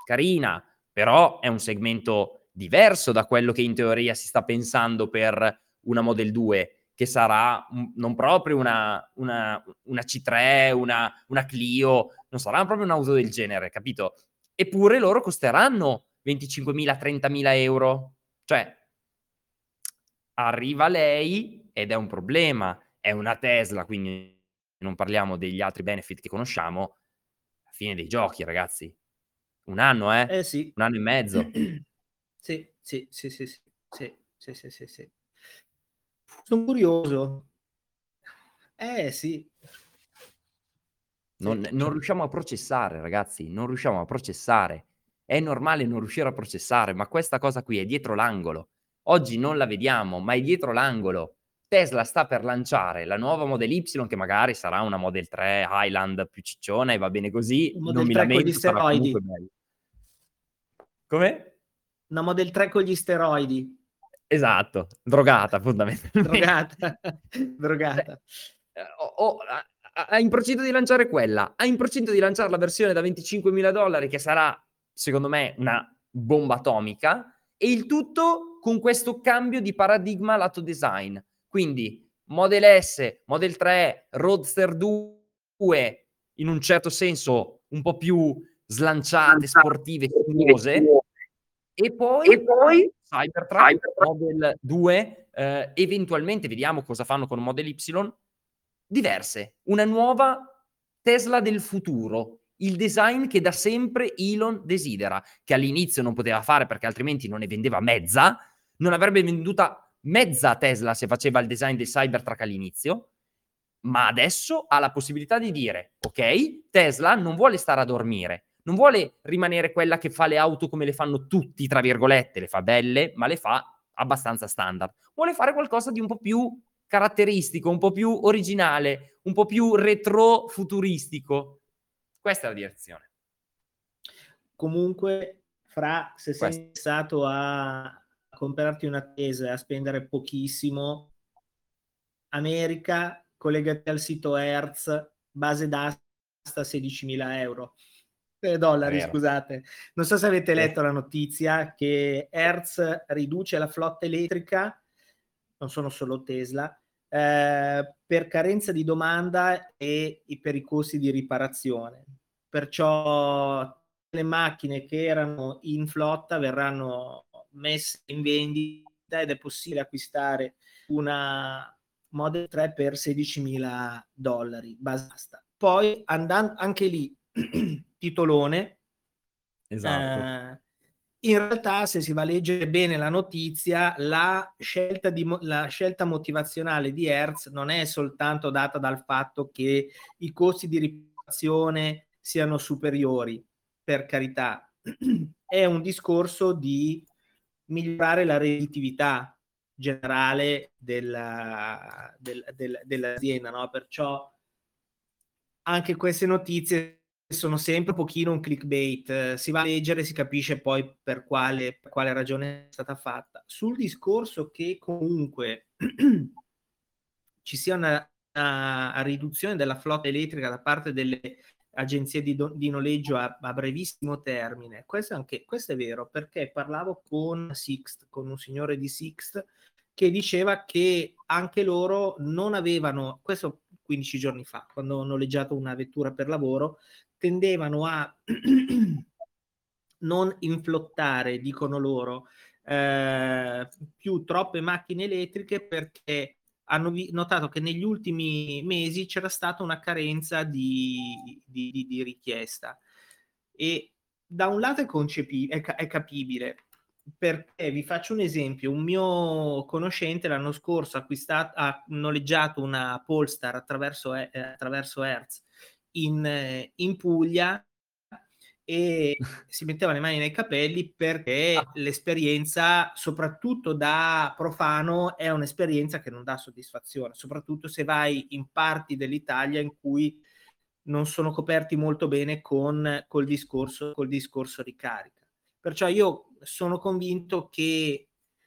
carina, però è un segmento diverso da quello che in teoria si sta pensando per una Model due, che sarà un, non proprio una, una, una C tre, una, una Clio, non sarà proprio un'auto del genere, capito? Eppure loro costeranno venticinquemila trentamila euro. Cioè, arriva lei ed è un problema. È una Tesla, quindi non parliamo degli altri benefit che conosciamo. La fine dei giochi, ragazzi. Un anno, eh? Eh sì. Un anno e mezzo. Sì, sì, sì, sì, sì, sì, sì, sì, sì, sì. Sono curioso. Eh sì. Non, Sì. non riusciamo a processare, ragazzi, non riusciamo a processare. È normale non riuscire a processare, ma questa cosa qui è dietro l'angolo. Oggi non la vediamo, ma è dietro l'angolo. Tesla sta per lanciare la nuova Model Y, che magari sarà una Model tre Highland più cicciona e va bene così, Un non Model mi tre con gli lamento, sarà comunque steroidi. bello. Come? Una Model tre con gli steroidi. Esatto, drogata fondamentalmente. Drogata, Cioè, drogata. eh, o, o, ha, ha in procinto di lanciare quella, ha in procinto di lanciare la versione da venticinquemila dollari, che sarà, secondo me, una bomba atomica, e il tutto con questo cambio di paradigma lato design. Quindi Model S, Model tre, Roadster due, in un certo senso un po' più slanciate, sportive, sinuose, e poi, E poi Cybertruck, Model due, eh, eventualmente vediamo cosa fanno con Model Y, diverse, una nuova Tesla del futuro, il design che da sempre Elon desidera, che all'inizio non poteva fare perché altrimenti non ne vendeva mezza, non avrebbe venduta mezza Tesla se faceva il design del Cybertruck all'inizio, ma adesso ha la possibilità di dire, ok, Tesla non vuole stare a dormire, non vuole rimanere quella che fa le auto come le fanno tutti, tra virgolette, le fa belle, ma le fa abbastanza standard. Vuole fare qualcosa di un po' più caratteristico, un po' più originale, un po' più retro futuristico. Questa è la direzione. Comunque, Fra, se sei Questa. interessato a comprarti una Tesla e a spendere pochissimo, America, collegati al sito Hertz, base d'asta sedicimila euro. Eh, dollari, Vero. scusate. Non so se avete Sì. letto la notizia che Hertz riduce la flotta elettrica, non sono solo Tesla, eh, per carenza di domanda e per i costi di riparazione. Perciò le macchine che erano in flotta verranno messe in vendita ed è possibile acquistare una Model tre per sedicimila dollari, basta. Poi andando anche lì, titolone, Esatto. eh, in realtà se si va a leggere bene la notizia, la scelta, di, la scelta motivazionale di Hertz non è soltanto data dal fatto che i costi di riparazione siano superiori, per carità, è un discorso di migliorare la redditività generale della, del, del, dell'azienda, no? Perciò anche queste notizie sono sempre un pochino un clickbait, si va a leggere e si capisce poi per quale, per quale ragione è stata fatta. Sul discorso che comunque ci sia una, una riduzione della flotta elettrica da parte delle agenzie di, do, di noleggio a, a brevissimo termine, questo, anche, questo è vero, perché parlavo con Sixt, con un signore di Sixt, che diceva che anche loro non avevano, questo quindici giorni fa, quando ho noleggiato una vettura per lavoro, tendevano a non inflottare, dicono loro, eh, più troppe macchine elettriche perché hanno vi- notato che negli ultimi mesi c'era stata una carenza di, di, di, di richiesta. E da un lato è, concepi- è, è capibile, perché vi faccio un esempio: un mio conoscente l'anno scorso ha, acquistato, ha noleggiato una Polestar attraverso, eh, attraverso Hertz in, eh, in Puglia e si metteva le mani nei capelli perché l'esperienza, soprattutto da profano, è un'esperienza che non dà soddisfazione, soprattutto se vai in parti dell'Italia in cui non sono coperti molto bene con col discorso, col discorso ricarica. Perciò io sono convinto che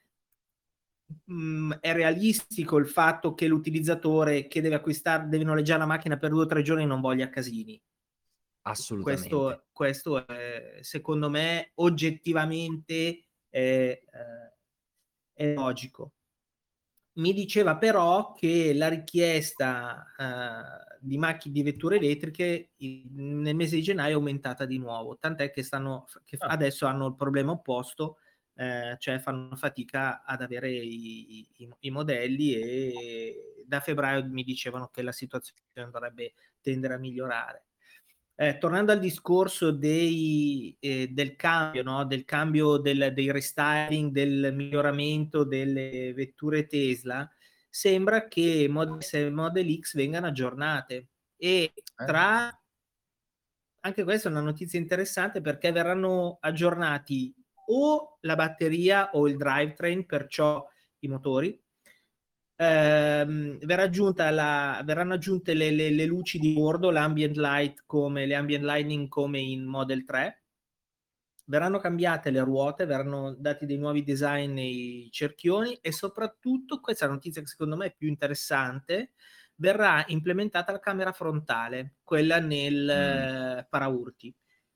mh, è realistico il fatto che l'utilizzatore che deve acquistare, deve noleggiare la macchina per due o tre giorni non voglia casini. Assolutamente. Questo, questo è, secondo me, oggettivamente è, è logico. Mi diceva però che la richiesta uh, di macchine di vetture elettriche in, nel mese di gennaio è aumentata di nuovo, tant'è che, stanno, che ah. adesso hanno il problema opposto, eh, cioè fanno fatica ad avere i, i, i modelli, e da febbraio mi dicevano che la situazione dovrebbe tendere a migliorare. Eh, tornando al discorso dei, eh, del cambio, no? del cambio del, dei restyling, del miglioramento delle vetture Tesla, sembra che Model S e Model X vengano aggiornate, e tra eh. anche questa è una notizia interessante, perché verranno aggiornati o la batteria o il drivetrain, perciò i motori. Eh, verrà aggiunta la, verranno aggiunte le, le, le luci di bordo, l'ambient light come le ambient lighting come in Model tre, verranno cambiate le ruote, verranno dati dei nuovi design nei cerchioni, e soprattutto, questa è la notizia che secondo me è più interessante, verrà implementata la camera frontale, quella nel mm. paraurti.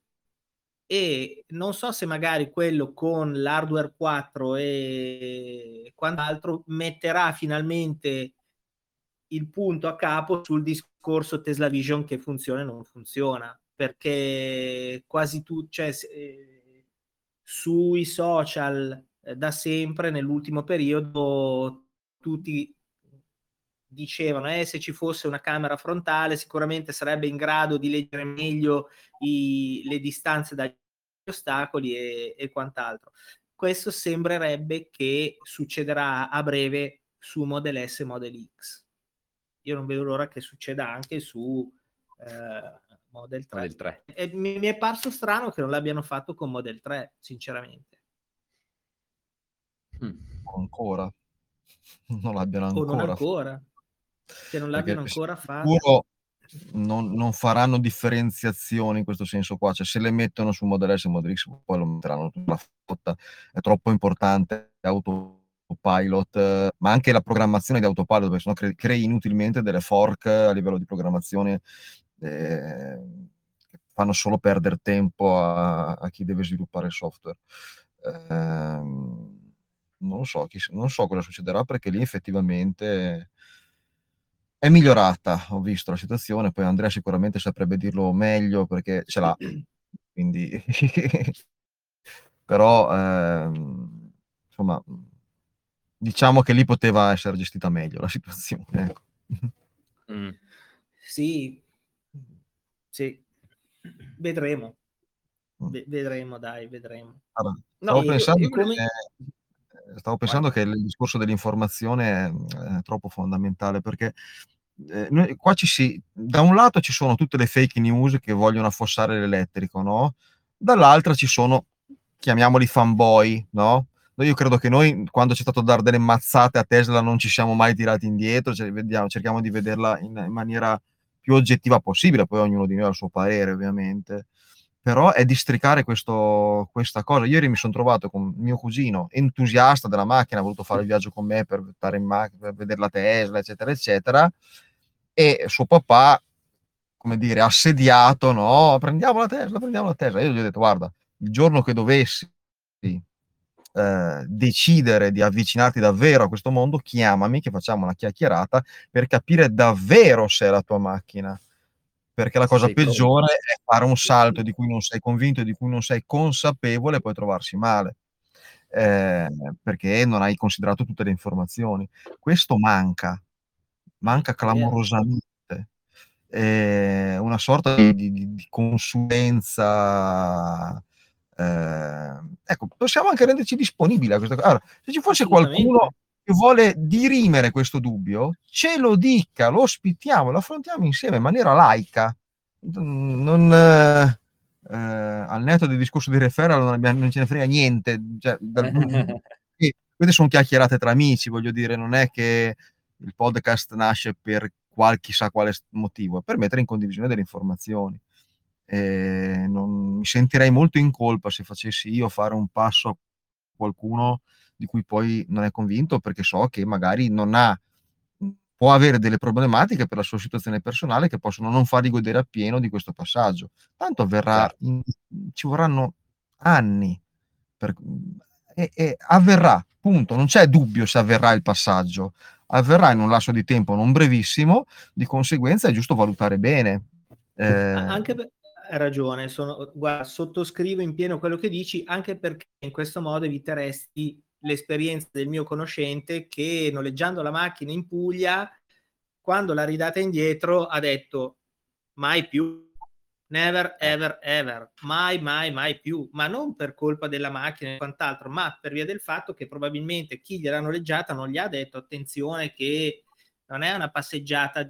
E non so se magari quello con l'hardware quattro e quant'altro metterà finalmente il punto a capo sul discorso Tesla Vision che funziona e non funziona, perché quasi tu, cioè, eh, sui social eh, da sempre nell'ultimo periodo tutti dicevano eh, se ci fosse una camera frontale sicuramente sarebbe in grado di leggere meglio i, le distanze dagli ostacoli e, e quant'altro. Questo sembrerebbe che succederà a breve su Model S e Model X. Io non vedo l'ora che succeda anche su eh, Model tre. Model tre. E mi, mi è parso strano che non l'abbiano fatto con Model tre, sinceramente. Mm. Ancora. Non l'abbiano ancora. O non ancora. Che non l'abbiano Perché ancora fatto. Non, non faranno differenziazioni in questo senso qua, cioè se le mettono su Model S e Model X poi lo metteranno tutta la fotta, è troppo importante autopilot, ma anche la programmazione di autopilot, perché sennò cre- crei inutilmente delle fork a livello di programmazione eh, che fanno solo perdere tempo a, a chi deve sviluppare il software. Eh, non so, chi, non so cosa succederà, perché lì effettivamente è migliorata, ho visto la situazione, poi Andrea sicuramente saprebbe dirlo meglio perché ce l'ha, quindi però ehm, insomma diciamo che lì poteva essere gestita meglio la situazione, ecco. Mm. Sì, sì, vedremo, v- vedremo, dai, vedremo. Allora, stavo No, pensando, io, io come... che, stavo pensando che il discorso dell'informazione è, è troppo fondamentale, perché Eh, noi, qua ci si, da un lato ci sono tutte le fake news che vogliono affossare l'elettrico, no? Dall'altra ci sono, chiamiamoli fanboy, no? Io credo che noi, quando c'è stato dare delle mazzate a Tesla, non ci siamo mai tirati indietro, cioè, vediamo, cerchiamo di vederla in, in maniera più oggettiva possibile, poi ognuno di noi ha il suo parere, ovviamente. Però è districare questo, questa cosa. Ieri mi sono trovato con mio cugino, entusiasta della macchina, ha voluto fare il viaggio con me per stare in macchina, per vedere la Tesla, eccetera, eccetera. E suo papà, come dire, assediato, no, prendiamo la Tesla, prendiamo la Tesla. Io gli ho detto, guarda, il giorno che dovessi eh, decidere di avvicinarti davvero a questo mondo, chiamami che facciamo una chiacchierata per capire davvero se è la tua macchina. Perché la cosa Sei peggiore pronto. è fare un salto di cui non sei convinto e di cui non sei consapevole e poi trovarsi male. Eh, perché non hai considerato tutte le informazioni. Questo manca, manca clamorosamente. Eh, una sorta di, di, di consulenza. Eh, ecco, possiamo anche renderci disponibili a questa cosa. Allora, se ci fosse qualcuno che vuole dirimere questo dubbio, ce lo dica, lo ospitiamo, lo affrontiamo insieme in maniera laica. Non, eh, eh, al netto del discorso di referral non, abbiamo, non ce ne frega niente. Cioè, dal, queste sono chiacchierate tra amici, voglio dire, non è che il podcast nasce per qual, chissà quale motivo, è per mettere in condivisione delle informazioni. E non, mi sentirei molto in colpa se facessi io fare un passo a qualcuno di cui poi non è convinto, perché so che magari non ha può avere delle problematiche per la sua situazione personale che possono non fargli godere appieno di questo passaggio. Tanto avverrà Certo. in ci vorranno anni per e e avverrà, punto. Non c'è dubbio se avverrà il passaggio. Avverrà in un lasso di tempo non brevissimo, di conseguenza è giusto valutare bene. A Ehm anche pe hai ragione, sono guarda, sottoscrivo in pieno quello che dici, anche perché in questo modo eviteresti l'esperienza del mio conoscente che, noleggiando la macchina in Puglia, quando l'ha ridata indietro ha detto: "Mai più, never Eh. ever ever, mai, mai, mai più", ma non per colpa della macchina e quant'altro, ma per via del fatto che probabilmente chi gliel'ha noleggiata non gli ha detto: "Attenzione che non è una passeggiata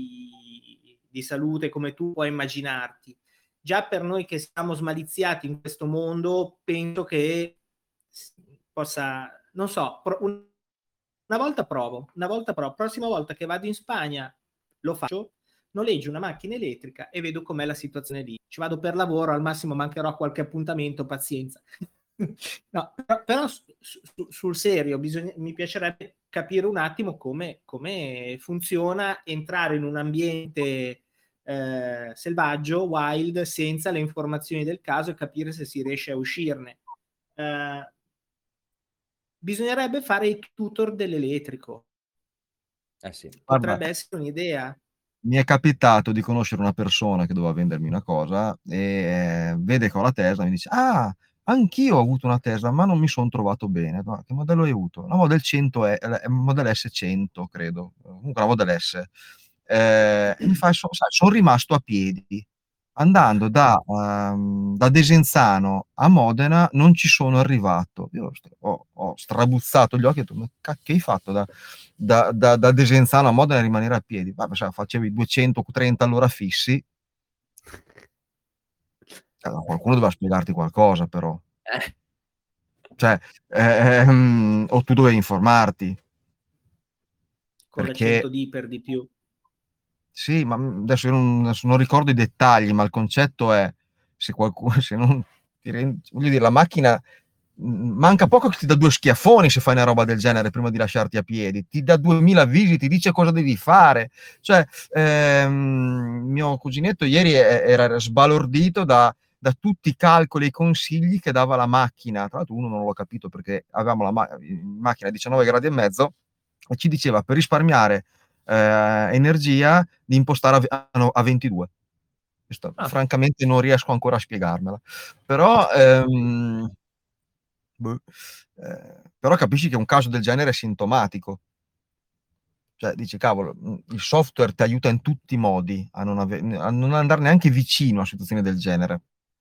di di salute come tu puoi immaginarti". Già per noi che siamo smaliziati in questo mondo, penso che s possa non so, pro un una volta provo, una volta provo. Prossima volta che vado in Spagna lo faccio, noleggio una macchina elettrica e vedo com'è la situazione lì. Ci vado per lavoro, al massimo mancherò a qualche appuntamento, pazienza. No, però però s su su sul serio bisogna mi piacerebbe capire un attimo come come funziona entrare in un ambiente, ehm, selvaggio, wild, senza le informazioni del caso e capire se si riesce a uscirne. Ehm Bisognerebbe fare il tutor dell'elettrico. Eh sì. Guarda, Potrebbe essere un'idea. mi è capitato di conoscere una persona che doveva vendermi una cosa e, ehm, vede che ho la Tesla e mi dice: "Ah, anch'io ho avuto una Tesla, ma non mi son trovato bene". Ma che modello hai avuto? La Model cento E l Model S cento credo, comunque la Model S. Ehm, e mi fa: "So sai, son rimasto a piedi. Andando da uhm, da Desenzano a Modena non ci sono arrivato". Io st ho ho strabuzzato gli occhi e ho detto: "Ma cacchio hai fatto da da da da Desenzano a Modena rimanere a piedi?". Vabbè sai facevi duecentotrenta all'ora fissi. Eh, qualcuno doveva spiegarti qualcosa però. Eh. Cioè, ehm, o tu dovevi informarti. Con Perché l'accento di per di più. sì, ma, mhmm, adesso io non adesso non ricordo i dettagli, ma il concetto è: se qualcu se non ti ren voglio dire la macchina, mhmm, manca poco che ti dà due schiaffoni se fai una roba del genere prima di lasciarti a piedi. Ti dà duemila avvisi, ti dice cosa devi fare. Cioè, ehm, mio cuginetto ieri e era sbalordito da da tutti i calcoli e i consigli che dava la macchina. Tra l'altro uno non l'ho capito perché avevamo la ma in macchina a diciannove gradi e mezzo e ci diceva per risparmiare, ehm, energia di impostare a v a no a ventidue. Questa Ah, francamente non riesco ancora a spiegarmela. Però, ehm boh, ehm, però capisci che un caso del genere è sintomatico. Cioè dici: "Cavolo, mhmm, il software ti aiuta in tutti i modi a non ave n a non andar neanche vicino a situazioni del genere".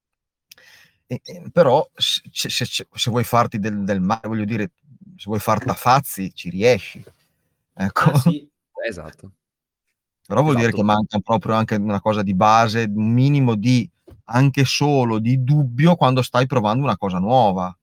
E e però s se se se se vuoi farti del del male, voglio dire, se vuoi fartela fazzi ci riesci, ecco. ah sì. Esatto, Però vuol dire che esatto. manca proprio anche una cosa di base, un minimo di anche solo di dubbio quando stai provando una cosa nuova.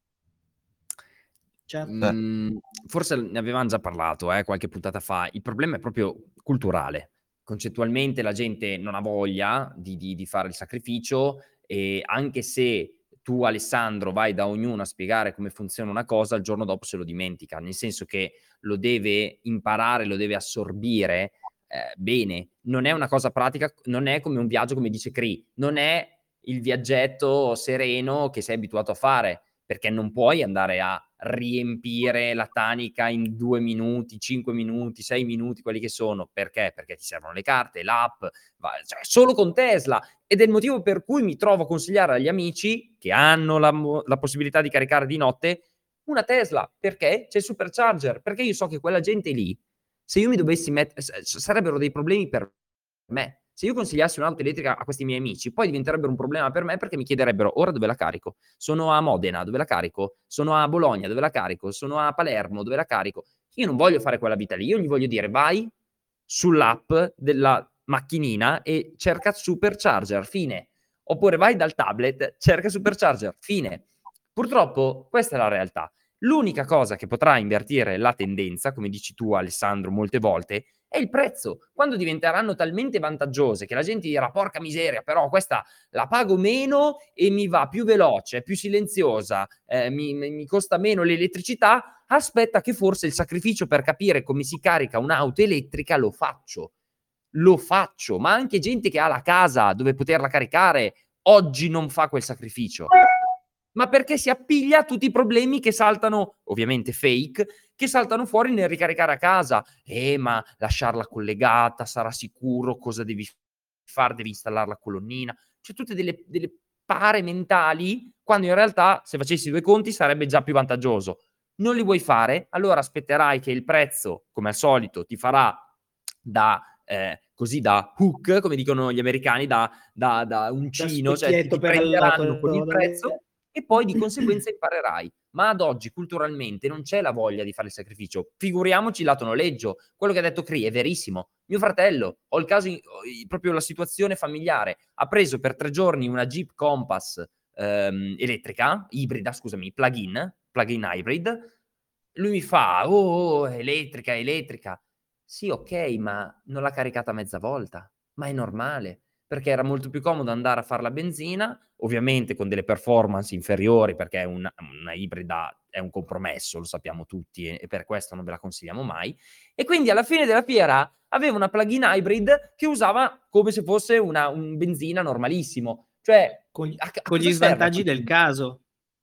Certo. Cioè Mhmm, forse ne avevam già parlato, eh, qualche puntata fa. Il problema è proprio culturale. Concettualmente la gente non ha voglia di di di fare il sacrificio e anche se tu, Alessandro, vai da ognuno a spiegare come funziona una cosa, il giorno dopo se lo dimentica, nel senso che lo deve imparare, lo deve assorbire, ehm, bene. Non è una cosa pratica, c non è come un viaggio, come dice Cree, non è il viaggetto sereno che sei abituato a fare, perché non puoi andare a riempire la tanica in due minuti, cinque minuti, sei minuti, quelli che sono. Perché? Perché ti servono le carte, l'app, va cioè solo con Tesla. Ed è il motivo per cui mi trovo a consigliare agli amici che hanno la mo la possibilità di caricare di notte, una Tesla. Perché? C'è il supercharger, perché io so che quella gente lì, se io mi dovessi met s s sarebbero dei problemi per me. Se io consigliassi un'auto elettrica a questi miei amici, poi diventerebbero un problema per me perché mi chiederebbero: "Ora dove la carico? Sono a Modena, dove la carico? Sono a Bologna, dove la carico? Sono a Palermo, dove la carico?" Io non voglio fare quella vita lì, io gli voglio dire: "Vai sull'app della macchinina e cerca supercharger, fine." Oppure vai dal tablet, cerca supercharger, fine. Purtroppo questa è la realtà. L'unica cosa che potrà invertire la tendenza, come dici tu Alessandro molte volte, è il prezzo. Quando diventeranno talmente vantaggiose che la gente dirà porca miseria, però questa la pago meno e mi va più veloce, più silenziosa, eh, mi, mi costa meno l'elettricità, aspetta che forse il sacrificio per capire come si carica un'auto elettrica lo faccio. Lo faccio, ma anche gente che ha la casa dove poterla caricare oggi non fa quel sacrificio. Ma perché si appiglia a tutti i problemi che saltano, ovviamente fake, che saltano fuori nel ricaricare a casa. Eh, ma lasciarla collegata, sarà sicuro, cosa devi fare? Devi installare la colonnina. Cioè tutte delle, delle pare mentali, quando in realtà se facessi due conti sarebbe già più vantaggioso. Non li vuoi fare? Allora aspetterai che il prezzo, come al solito, ti farà da... Eh, così da hook, come dicono gli americani, da, da, da uncino, cioè ti, ti prenderanno con il prezzo e poi di conseguenza imparerai. Ma ad oggi culturalmente non c'è la voglia di fare il sacrificio. Figuriamoci lato noleggio. Quello che ha detto Cri è verissimo. Mio fratello, ho il caso, proprio la situazione familiare, ha preso per tre giorni una Jeep Compass ehm, elettrica, ibrida, scusami, plug-in, plug-in hybrid. Lui mi fa, oh, elettrica, elettrica. Sì, ok, ma non l'ha caricata mezza volta, ma è normale, perché era molto più comodo andare a fare la benzina, ovviamente con delle performance inferiori, perché è una, una ibrida è un compromesso, lo sappiamo tutti, e, e per questo non ve la consigliamo mai. E quindi alla fine della fiera aveva una plug-in hybrid che usava come se fosse una un benzina normalissimo. Cioè, con, a, a con cosa gli serve svantaggi del caso.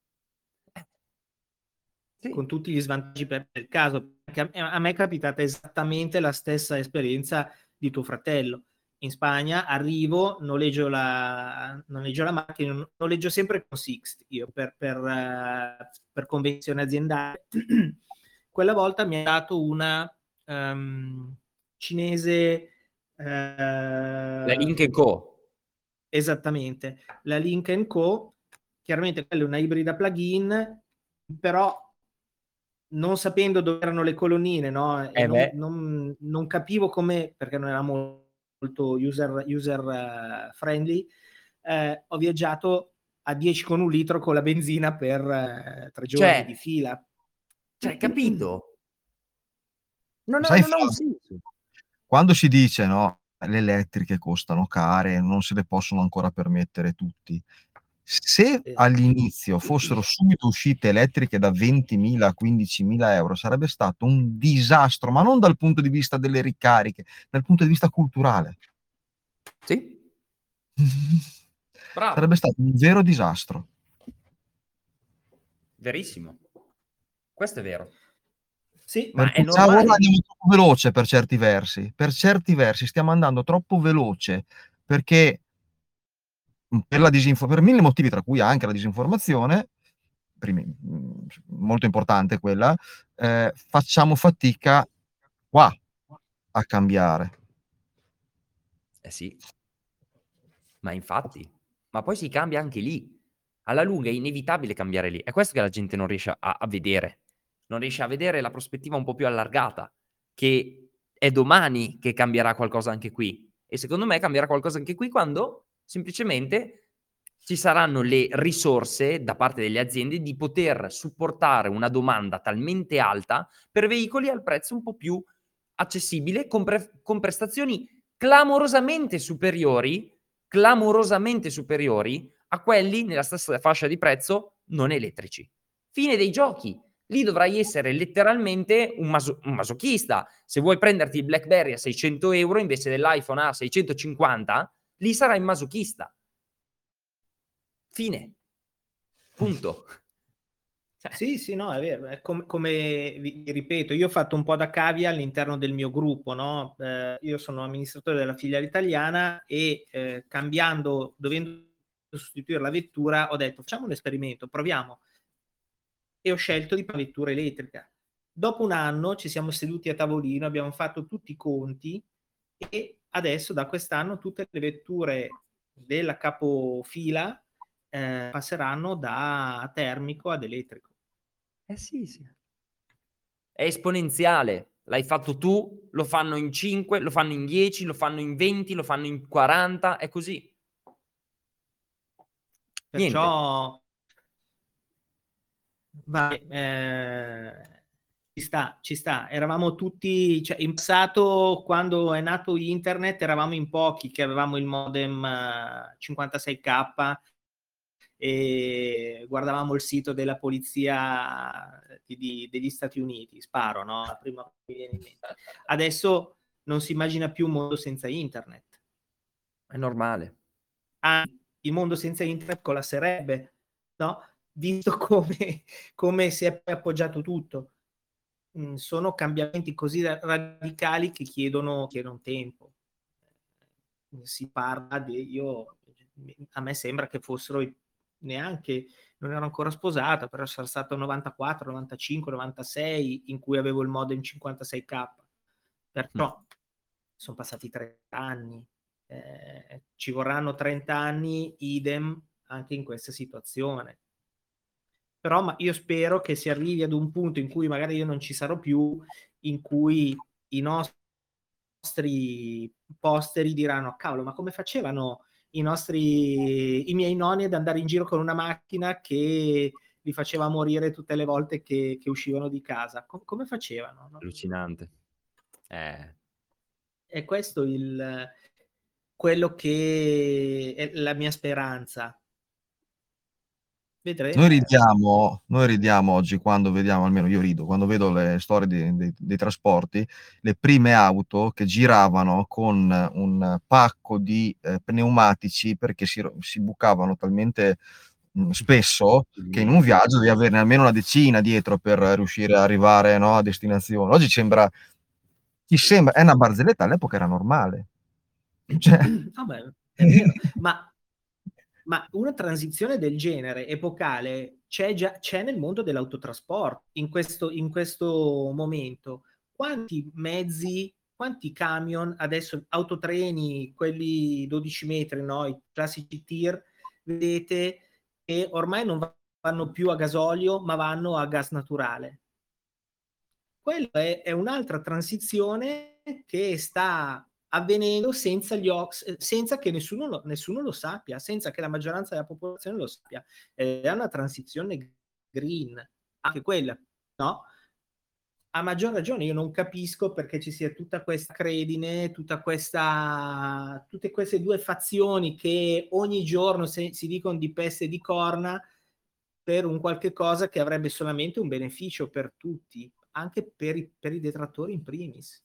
Sì. Con tutti gli svantaggi per il caso, perché a me è capitata esattamente la stessa esperienza di tuo fratello. In Spagna arrivo, noleggio la, noleggio la macchina, noleggio sempre con Sixt io per, per, uh, per convenzione aziendale. Quella volta mi ha dato una um, cinese uh, la Lynk Co. Esattamente, la Lynk Co. Chiaramente quella è una ibrida plug-in, però non sapendo dove erano le colonnine, no? E Eh non, beh. non, non capivo come, perché non era molto user, user uh, friendly, eh, ho viaggiato a dieci con un litro con la benzina per uh, tre giorni Cioè, di fila. Cioè, capito? Non ha, Sai, non ha un Flavio, senso. quando si dice no, le elettriche costano care, non se le possono ancora permettere tutti. Se Eh. all'inizio fossero subito uscite elettriche da ventimila a quindicimila euro, sarebbe stato un disastro, ma non dal punto di vista delle ricariche, dal punto di vista culturale. Sì. Bravo. Sarebbe stato un vero disastro. Verissimo. Questo è vero. Sì, ma Perché è già ora normale. andiamo troppo veloce per certi versi. Per certi versi stiamo andando troppo veloce perché per la disinfo- per mille motivi, tra cui anche la disinformazione, primi, molto importante quella, eh, facciamo fatica qua a cambiare. Eh sì. Ma infatti. Ma poi si cambia anche lì. Alla lunga è inevitabile cambiare lì. È questo che la gente non riesce a, a vedere. Non riesce a vedere la prospettiva un po' più allargata. Che è domani che cambierà qualcosa anche qui. E secondo me cambierà qualcosa anche qui quando semplicemente ci saranno le risorse da parte delle aziende di poter supportare una domanda talmente alta per veicoli al prezzo un po' più accessibile, con, pre- con prestazioni clamorosamente superiori, clamorosamente superiori a quelli nella stessa fascia di prezzo non elettrici. Fine dei giochi. Lì dovrai essere letteralmente un, maso- un masochista. Se vuoi prenderti il BlackBerry a seicento euro invece dell'iPhone a seicentocinquanta, lì sarai un masochista. Fine. Punto. Sì, sì, no, è vero. È com- come vi ripeto, io ho fatto un po' da cavia all'interno del mio gruppo, no? Eh, io sono amministratore della filiale italiana e eh, cambiando, dovendo sostituire la vettura, ho detto facciamo un esperimento, proviamo. E ho scelto di fare la vettura elettrica. Dopo un anno ci siamo seduti a tavolino, abbiamo fatto tutti i conti e adesso da quest'anno tutte le vetture della capofila eh, passeranno da termico ad elettrico. Eh sì, sì. È esponenziale. L'hai fatto tu, lo fanno in cinque, lo fanno in dieci, lo fanno in venti, lo fanno in quaranta, è così. Perciò vai, eh, Ci sta, ci sta. Eravamo tutti, cioè in passato, quando è nato internet, eravamo in pochi che avevamo il modem uh, cinquantasei K e guardavamo il sito della polizia di, di, degli Stati Uniti, sparo, no? La prima che mi viene in mente. Adesso non si immagina più un mondo senza internet. È normale. Ah, il mondo senza internet collasserebbe, no? Visto come, come si è appoggiato tutto. Mm, sono cambiamenti così radicali che chiedono, chiedono tempo. Si parla di, io, a me sembra che fossero neanche, non ero ancora sposata, però sarà stato novantaquattro, novantacinque, novantasei in cui avevo il modem cinquantasei K. Perciò mm. sono passati trenta anni. Eh, ci vorranno trenta anni, idem anche in questa situazione. Però ma io spero che si arrivi ad un punto in cui magari io non ci sarò più, in cui i nostri posteri diranno: cavolo, ma come facevano i nostri i miei nonni ad andare in giro con una macchina che li faceva morire tutte le volte che, che uscivano di casa? Com- come facevano? No? Allucinante. Eh. È questo il quello che è la mia speranza. Vedremo. Noi ridiamo, noi ridiamo oggi quando vediamo, almeno io rido, quando vedo le storie di, di, dei trasporti, le prime auto che giravano con un pacco di eh, pneumatici perché si, si bucavano talmente mh, spesso che in un viaggio devi averne almeno una decina dietro per riuscire ad arrivare, no, a destinazione. Oggi sembra, ti sembra, è una barzelletta, all'epoca era normale. Cioè... Vabbè, è vero, ma Ma una transizione del genere, epocale, c'è già c'è nel mondo dell'autotrasporto in questo, in questo momento. Quanti mezzi, quanti camion, adesso autotreni, quelli dodici metri, no? I classici tir, vedete che ormai non vanno più a gasolio, ma vanno a gas naturale. Quella è, è un'altra transizione che sta avvenendo senza gli ox, senza che nessuno lo, nessuno lo sappia, senza che la maggioranza della popolazione lo sappia. È una transizione green, anche quella, no? A maggior ragione io non capisco perché ci sia tutta questa credine, tutta questa, tutte queste due fazioni che ogni giorno se, si dicono di peste e di corna per un qualche cosa che avrebbe solamente un beneficio per tutti, anche per i, per i detrattori in primis.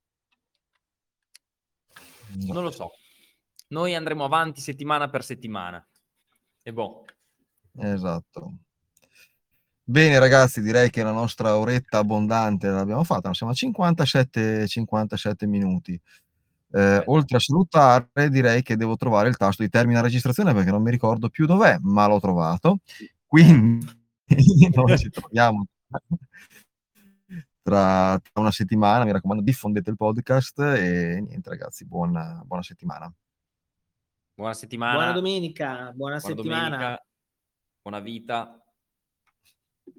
Non lo so. Noi andremo avanti settimana per settimana. E boh. Esatto. Bene ragazzi, direi che la nostra oretta abbondante l'abbiamo fatta, siamo a cinquantasette, cinquantasette minuti. Eh, oltre a salutare, direi che devo trovare il tasto di termina registrazione perché non mi ricordo più dov'è, ma l'ho trovato. Quindi noi ci troviamo tra, tra una settimana. Mi raccomando, diffondete il podcast e niente ragazzi, buona, buona settimana. Buona settimana. Buona domenica, buona, buona settimana. Domenica, buona vita.